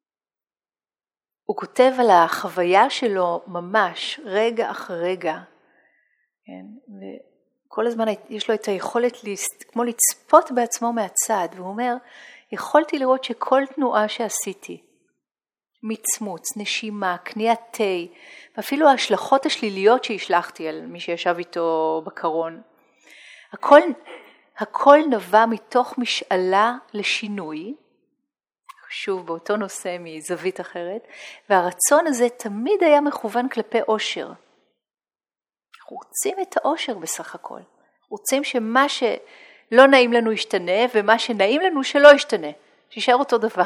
הוא כותב על החוויה שלו ממש רגע אחר רגע, כן? וכל הזמן יש לו את היכולת כמו לצפות בעצמו מהצד, והוא אומר, יכולתי לראות שכל תנועה שעשיתי, מצמוץ, נשימה, קניית תה, ואפילו ההשלכות השליליות שהשלחתי על מי שישב איתו בקרון, הכל הכל נבע מתוך משאלה לשינוי, שוב באותו נושא מזווית אחרת, והרצון הזה תמיד היה מכוון כלפי אושר. אנחנו רוצים את האושר בסך הכל. רוצים שמה לא נעים לנו ישתנה, ומה שנעים לנו שלא ישתנה, שישאר אותו דבר.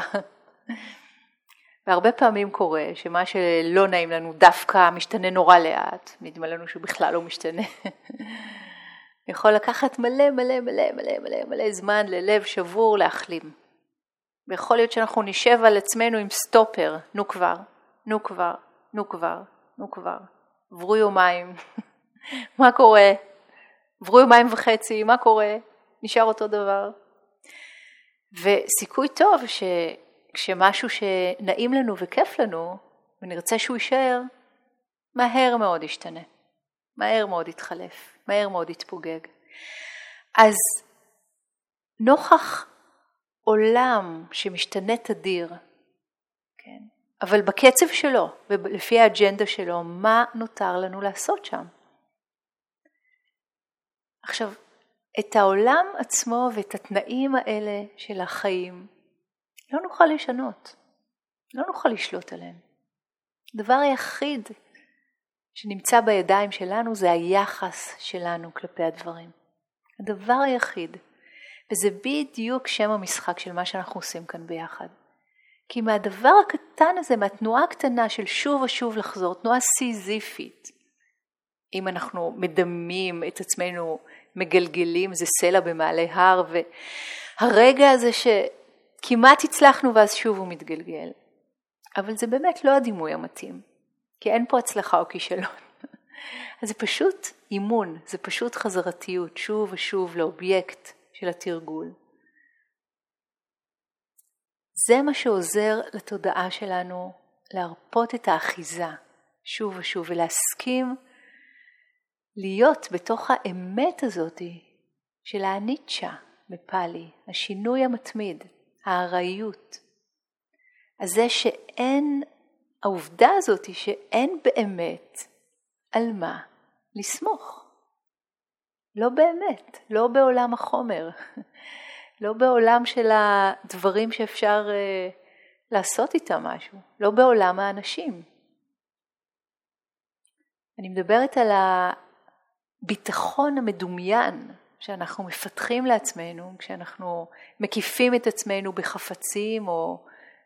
והרבה פעמים קורה שמה שלא נעים לנו דווקא משתנה נורא לאט, נדמה לנו שהוא בכלל לא משתנה. יכול לקחת מלא מלא מלא מלא מלא מלא זמן ללב שבור להחלים. ויכול להיות שאנחנו נשב על עצמנו עם סטופר, נו כבר, נו כבר, נו כבר, נו כבר. עברו יומיים, מה קורה? עברו יומיים וחצי, מה קורה? נשאר אותו דבר. וסיכוי טוב שכשמשהו שנעים לנו וכיף לנו, ונרצה שהוא יישאר, מהר מאוד ישתנה. מהר מאוד יתחלף, מהר מאוד יתפוגג. אז נוכח עולם שמשתנה תדיר, כן? אבל בקצב שלו ולפי האג'נדה שלו, מה נותר לנו לעשות שם? עכשיו, את העולם עצמו ואת התנאים האלה של החיים, לא נוכל לשנות, לא נוכל לשלוט עליהם. הדבר היחיד שנמצא בידיים שלנו זה היחס שלנו כלפי הדברים. הדבר היחיד, וזה בדיוק שם המשחק של מה שאנחנו עושים כאן ביחד. כי מהדבר הקטן הזה, מהתנועה הקטנה של שוב ושוב לחזור, תנועה סיזיפית, אם אנחנו מדמים את עצמנו מגלגלים, זה סלע במעלה הר, והרגע הזה שכמעט הצלחנו ואז שוב הוא מתגלגל. אבל זה באמת לא הדימוי המתאים, כי אין פה הצלחה או כישלון. אז זה פשוט אימון, זה פשוט חזרתיות, שוב ושוב לאובייקט של התרגול. זה מה שעוזר לתודעה שלנו להרפות את האחיזה שוב ושוב ולהסכים להיות בתוך האמת הזאת של האניצ'ה בפאלי, השינוי המתמיד, הארעיות. אז זה שאין, העובדה הזאת היא שאין באמת על מה לסמוך. לא באמת, לא בעולם החומר, לא בעולם של הדברים שאפשר uh, לעשות איתם משהו, לא בעולם האנשים. אני מדברת על הביטחון המדומיין שאנחנו מפתחים לעצמנו, כשאנחנו מקיפים את עצמנו בחפצים או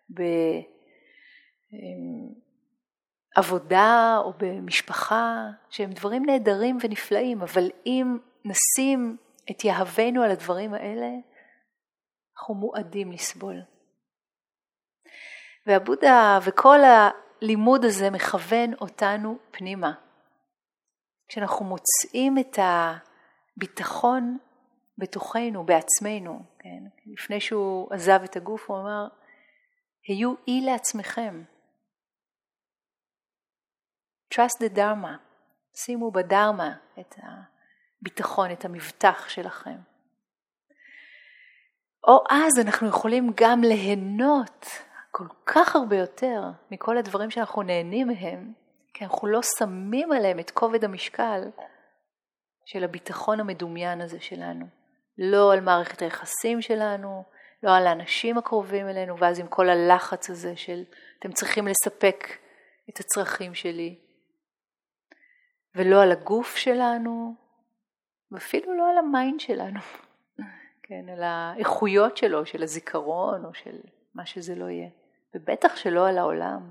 בעבודה או במשפחה, שהם דברים נהדרים ונפלאים, אבל אם נשים את יהבנו על הדברים האלה, אנחנו מועדים לסבול. והבודה וכל הלימוד הזה מכוון אותנו פנימה. כשאנחנו מוצאים את הביטחון בתוכנו, בעצמנו, כן? לפני שהוא עזב את הגוף, הוא אמר, היו אי לעצמכם. Trust the Dharma. שימו בדרמה את הביטחון, את המבטח שלכם. או אז אנחנו יכולים גם ליהנות כל כך הרבה יותר מכל הדברים שאנחנו נהנים מהם, כי אנחנו לא שמים עליהם את כובד המשקל של הביטחון המדומיין הזה שלנו. לא על מערכת היחסים שלנו, לא על האנשים הקרובים אלינו, ואז עם כל הלחץ הזה של אתם צריכים לספק את הצרכים שלי. ולא על הגוף שלנו, ואפילו לא על המיינד שלנו. כן, על האיכויות שלו, של הזיכרון או של מה שזה לא יהיה. ובטח שלא על העולם.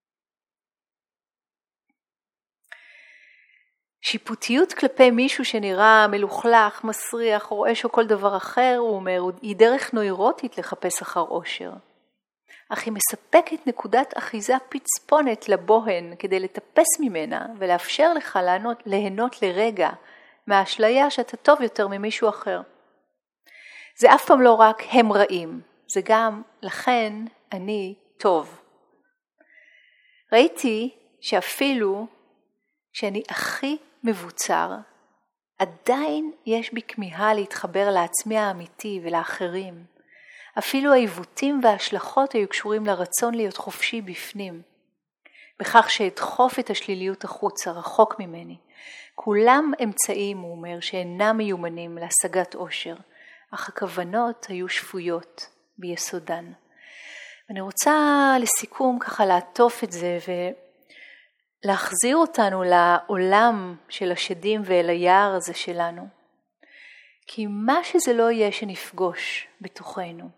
שיפוטיות כלפי מישהו שנראה מלוכלך, מסריח, רועש או כל דבר אחר, הוא אומר, היא דרך נוירוטית לחפש אחר אושר. אך היא מספקת נקודת אחיזה פצפונת לבוהן כדי לטפס ממנה ולאפשר לך לענות, ליהנות לרגע מהאשליה שאתה טוב יותר ממישהו אחר. זה אף פעם לא רק הם רעים, זה גם לכן אני טוב. ראיתי שאפילו כשאני הכי מבוצר, עדיין יש בי כמיהה להתחבר לעצמי האמיתי ולאחרים. אפילו העיוותים וההשלכות היו קשורים לרצון להיות חופשי בפנים, בכך שאדחוף את השליליות החוצה, רחוק ממני. כולם אמצעים, הוא אומר, שאינם מיומנים להשגת אושר, אך הכוונות היו שפויות ביסודן. אני רוצה לסיכום ככה לעטוף את זה ולהחזיר אותנו לעולם של השדים ואל היער הזה שלנו. כי מה שזה לא יהיה שנפגוש בתוכנו,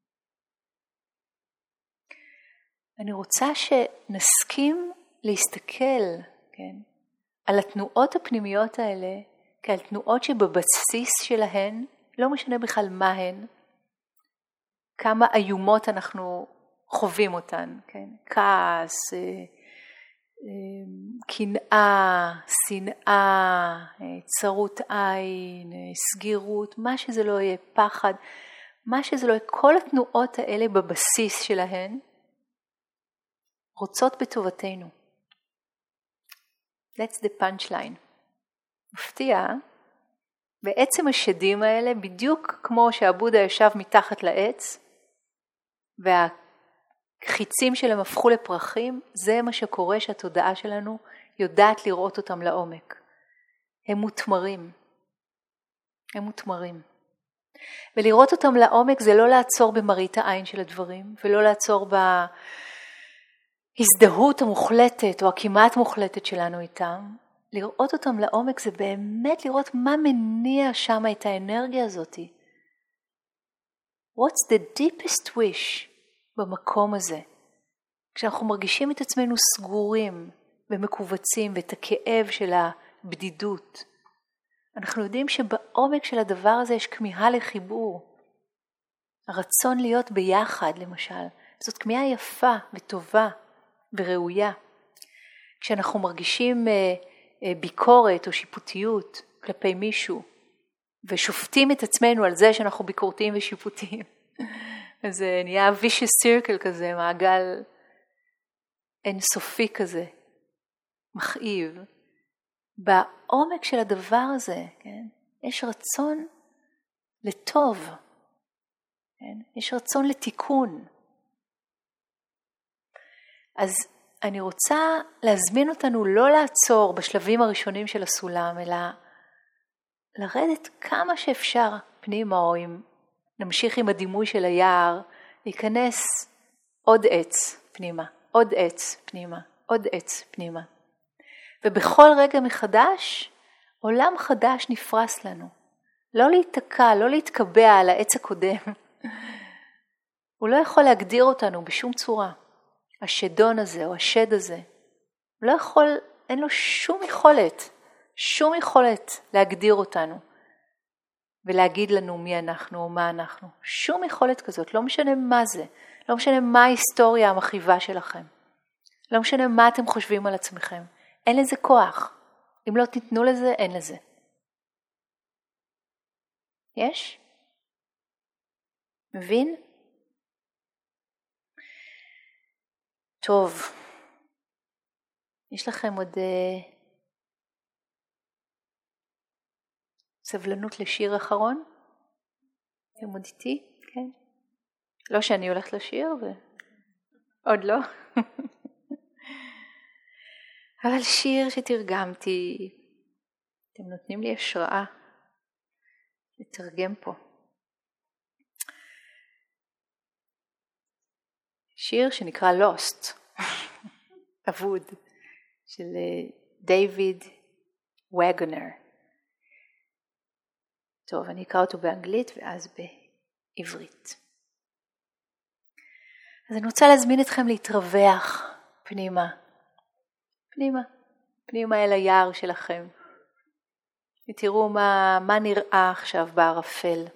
אני רוצה שנסכים להסתכל, כן, על התנועות הפנימיות האלה, כעל תנועות שבבסיס שלהן, לא משנה בכלל מה הן, כמה איומות אנחנו חווים אותן, כן? כעס, קנאה, שנאה, צרות עין, סגירות, מה שזה לא יהיה, פחד, מה שזה לא יהיה, כל התנועות האלה בבסיס שלהן, רוצות בטובתנו. That's the punchline. מפתיע, בעצם השדים האלה, בדיוק כמו שהבודה ישב מתחת לעץ, והחיצים שלהם הפכו לפרחים, זה מה שקורה שהתודעה שלנו יודעת לראות אותם לעומק. הם מותמרים. הם מותמרים. ולראות אותם לעומק זה לא לעצור במראית העין של הדברים, ולא לעצור בהזדהות המוחלטת או הכמעט מוחלטת שלנו איתם. לראות אותם לעומק זה באמת לראות מה מניע שם את האנרגיה הזאת. What's the deepest wish במקום הזה? כשאנחנו מרגישים את עצמנו סגורים ומקובצים ואת הכאב של הבדידות, אנחנו יודעים שבעומק של הדבר הזה יש כמיהה לחיבור. הרצון להיות ביחד למשל, זאת כמיהה יפה וטובה וראויה. כשאנחנו מרגישים ביקורת או שיפוטיות כלפי מישהו, ושופטים את עצמנו על זה שאנחנו ביקורתיים ושיפוטיים. אז זה נהיה vicious circle כזה, מעגל אינסופי כזה, מכאיב. בעומק של הדבר הזה, כן, יש רצון לטוב, כן, יש רצון לתיקון. אז אני רוצה להזמין אותנו לא לעצור בשלבים הראשונים של הסולם, אלא לרדת כמה שאפשר פנימה, או אם נמשיך עם הדימוי של היער, להיכנס עוד עץ פנימה, עוד עץ פנימה, עוד עץ פנימה. ובכל רגע מחדש, עולם חדש נפרס לנו. לא להתקע, לא להתקבע על העץ הקודם. הוא לא יכול להגדיר אותנו בשום צורה. השדון הזה או השד הזה, הוא לא יכול, אין לו שום יכולת, שום יכולת להגדיר אותנו, ולהגיד לנו מי אנחנו או מה אנחנו. שום יכולת כזאת, לא משנה מה זה, לא משנה מה ההיסטוריה המכאיבה שלכם, לא משנה מה אתם חושבים על עצמכם, אין לזה כוח. אם לא תיתנו לזה, אין לזה. יש? מבין? טוב, יש לכם עוד uh, סבלנות לשיר אחרון? אתם עוד איתי? כן. לא שאני הולכת לשיר, ו... עוד לא. אבל שיר שתרגמתי, אתם נותנים לי השראה לתרגם פה. שיר שנקרא Lost, אבוד, של דיוויד וגנר. טוב, אני אקרא אותו באנגלית ואז בעברית. אז אני רוצה להזמין אתכם להתרווח פנימה, פנימה, פנימה אל היער שלכם. ותראו מה, מה נראה עכשיו בערפל.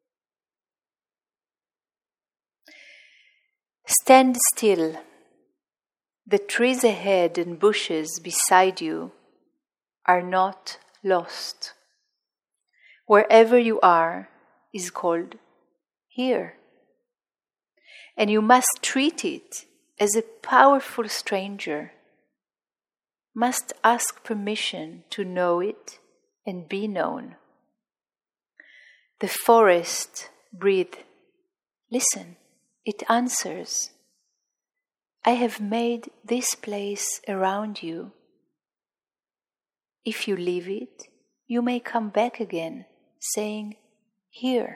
Stand still. The trees ahead and bushes beside you are not lost. Wherever you are is called here. And you must treat it as a powerful stranger. Must ask permission to know it and be known. The forest breathes. Listen. It answers, I have made this place around you. If you leave it, you may come back again, saying, here.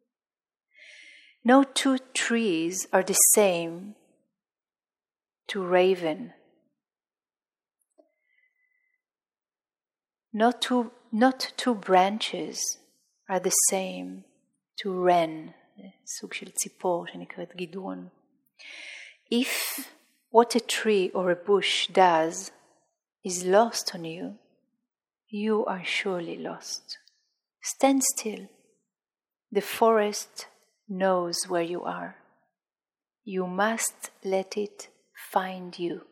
No two trees are the same to Raven. Not two, not two branches are the same to wren, סוג של ציפור שנקראת גדרון. If what a tree or a bush does is lost on you, you are surely lost. Stand still. The forest knows where you are. You must let it find you.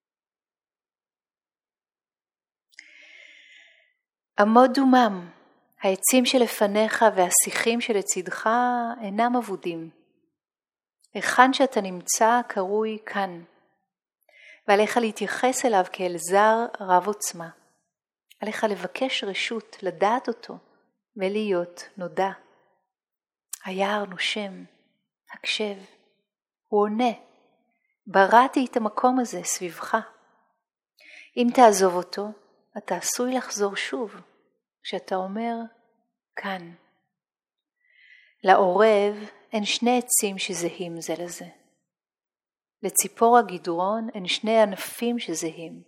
עמוד דומם, העצים שלפניך והשיחים שלצדך אינם אבודים. היכן שאתה נמצא קרוי כאן, ועליך להתייחס אליו כאל זר רב עוצמה. עליך לבקש רשות, לדעת אותו ולהיות נודע. היער נושם, הקשב, הוא עונה. בראתי את המקום הזה סביבך. אם תעזוב אותו, אתה עשוי לחזור שוב, כשאתה אומר כאן. לעורב אין שני עצים שזהים זה לזה. לציפור הגדרון אין שני ענפים שזהים.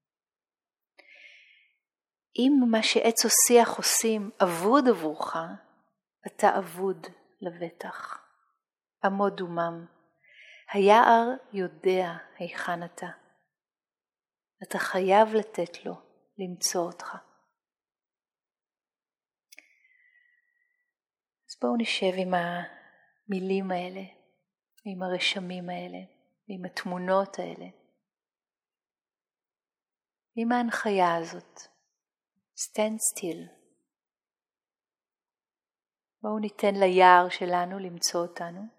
אם מה שעץ או שיח עושים אבוד עבורך, אתה אבוד לבטח. עמוד דומם. היער יודע היכן אתה. אתה חייב לתת לו למצוא אותך. אז בואו נשב עם המילים האלה, עם הרשמים האלה, עם התמונות האלה, עם ההנחיה הזאת. Stand still. בואו ניתן ליער שלנו למצוא אותנו.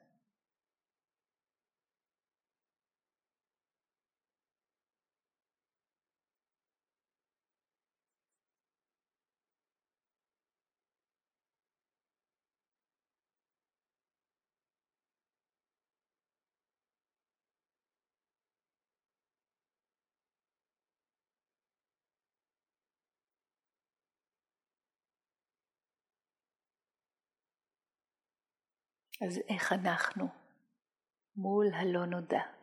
אז איך אנחנו מול הלא נודע?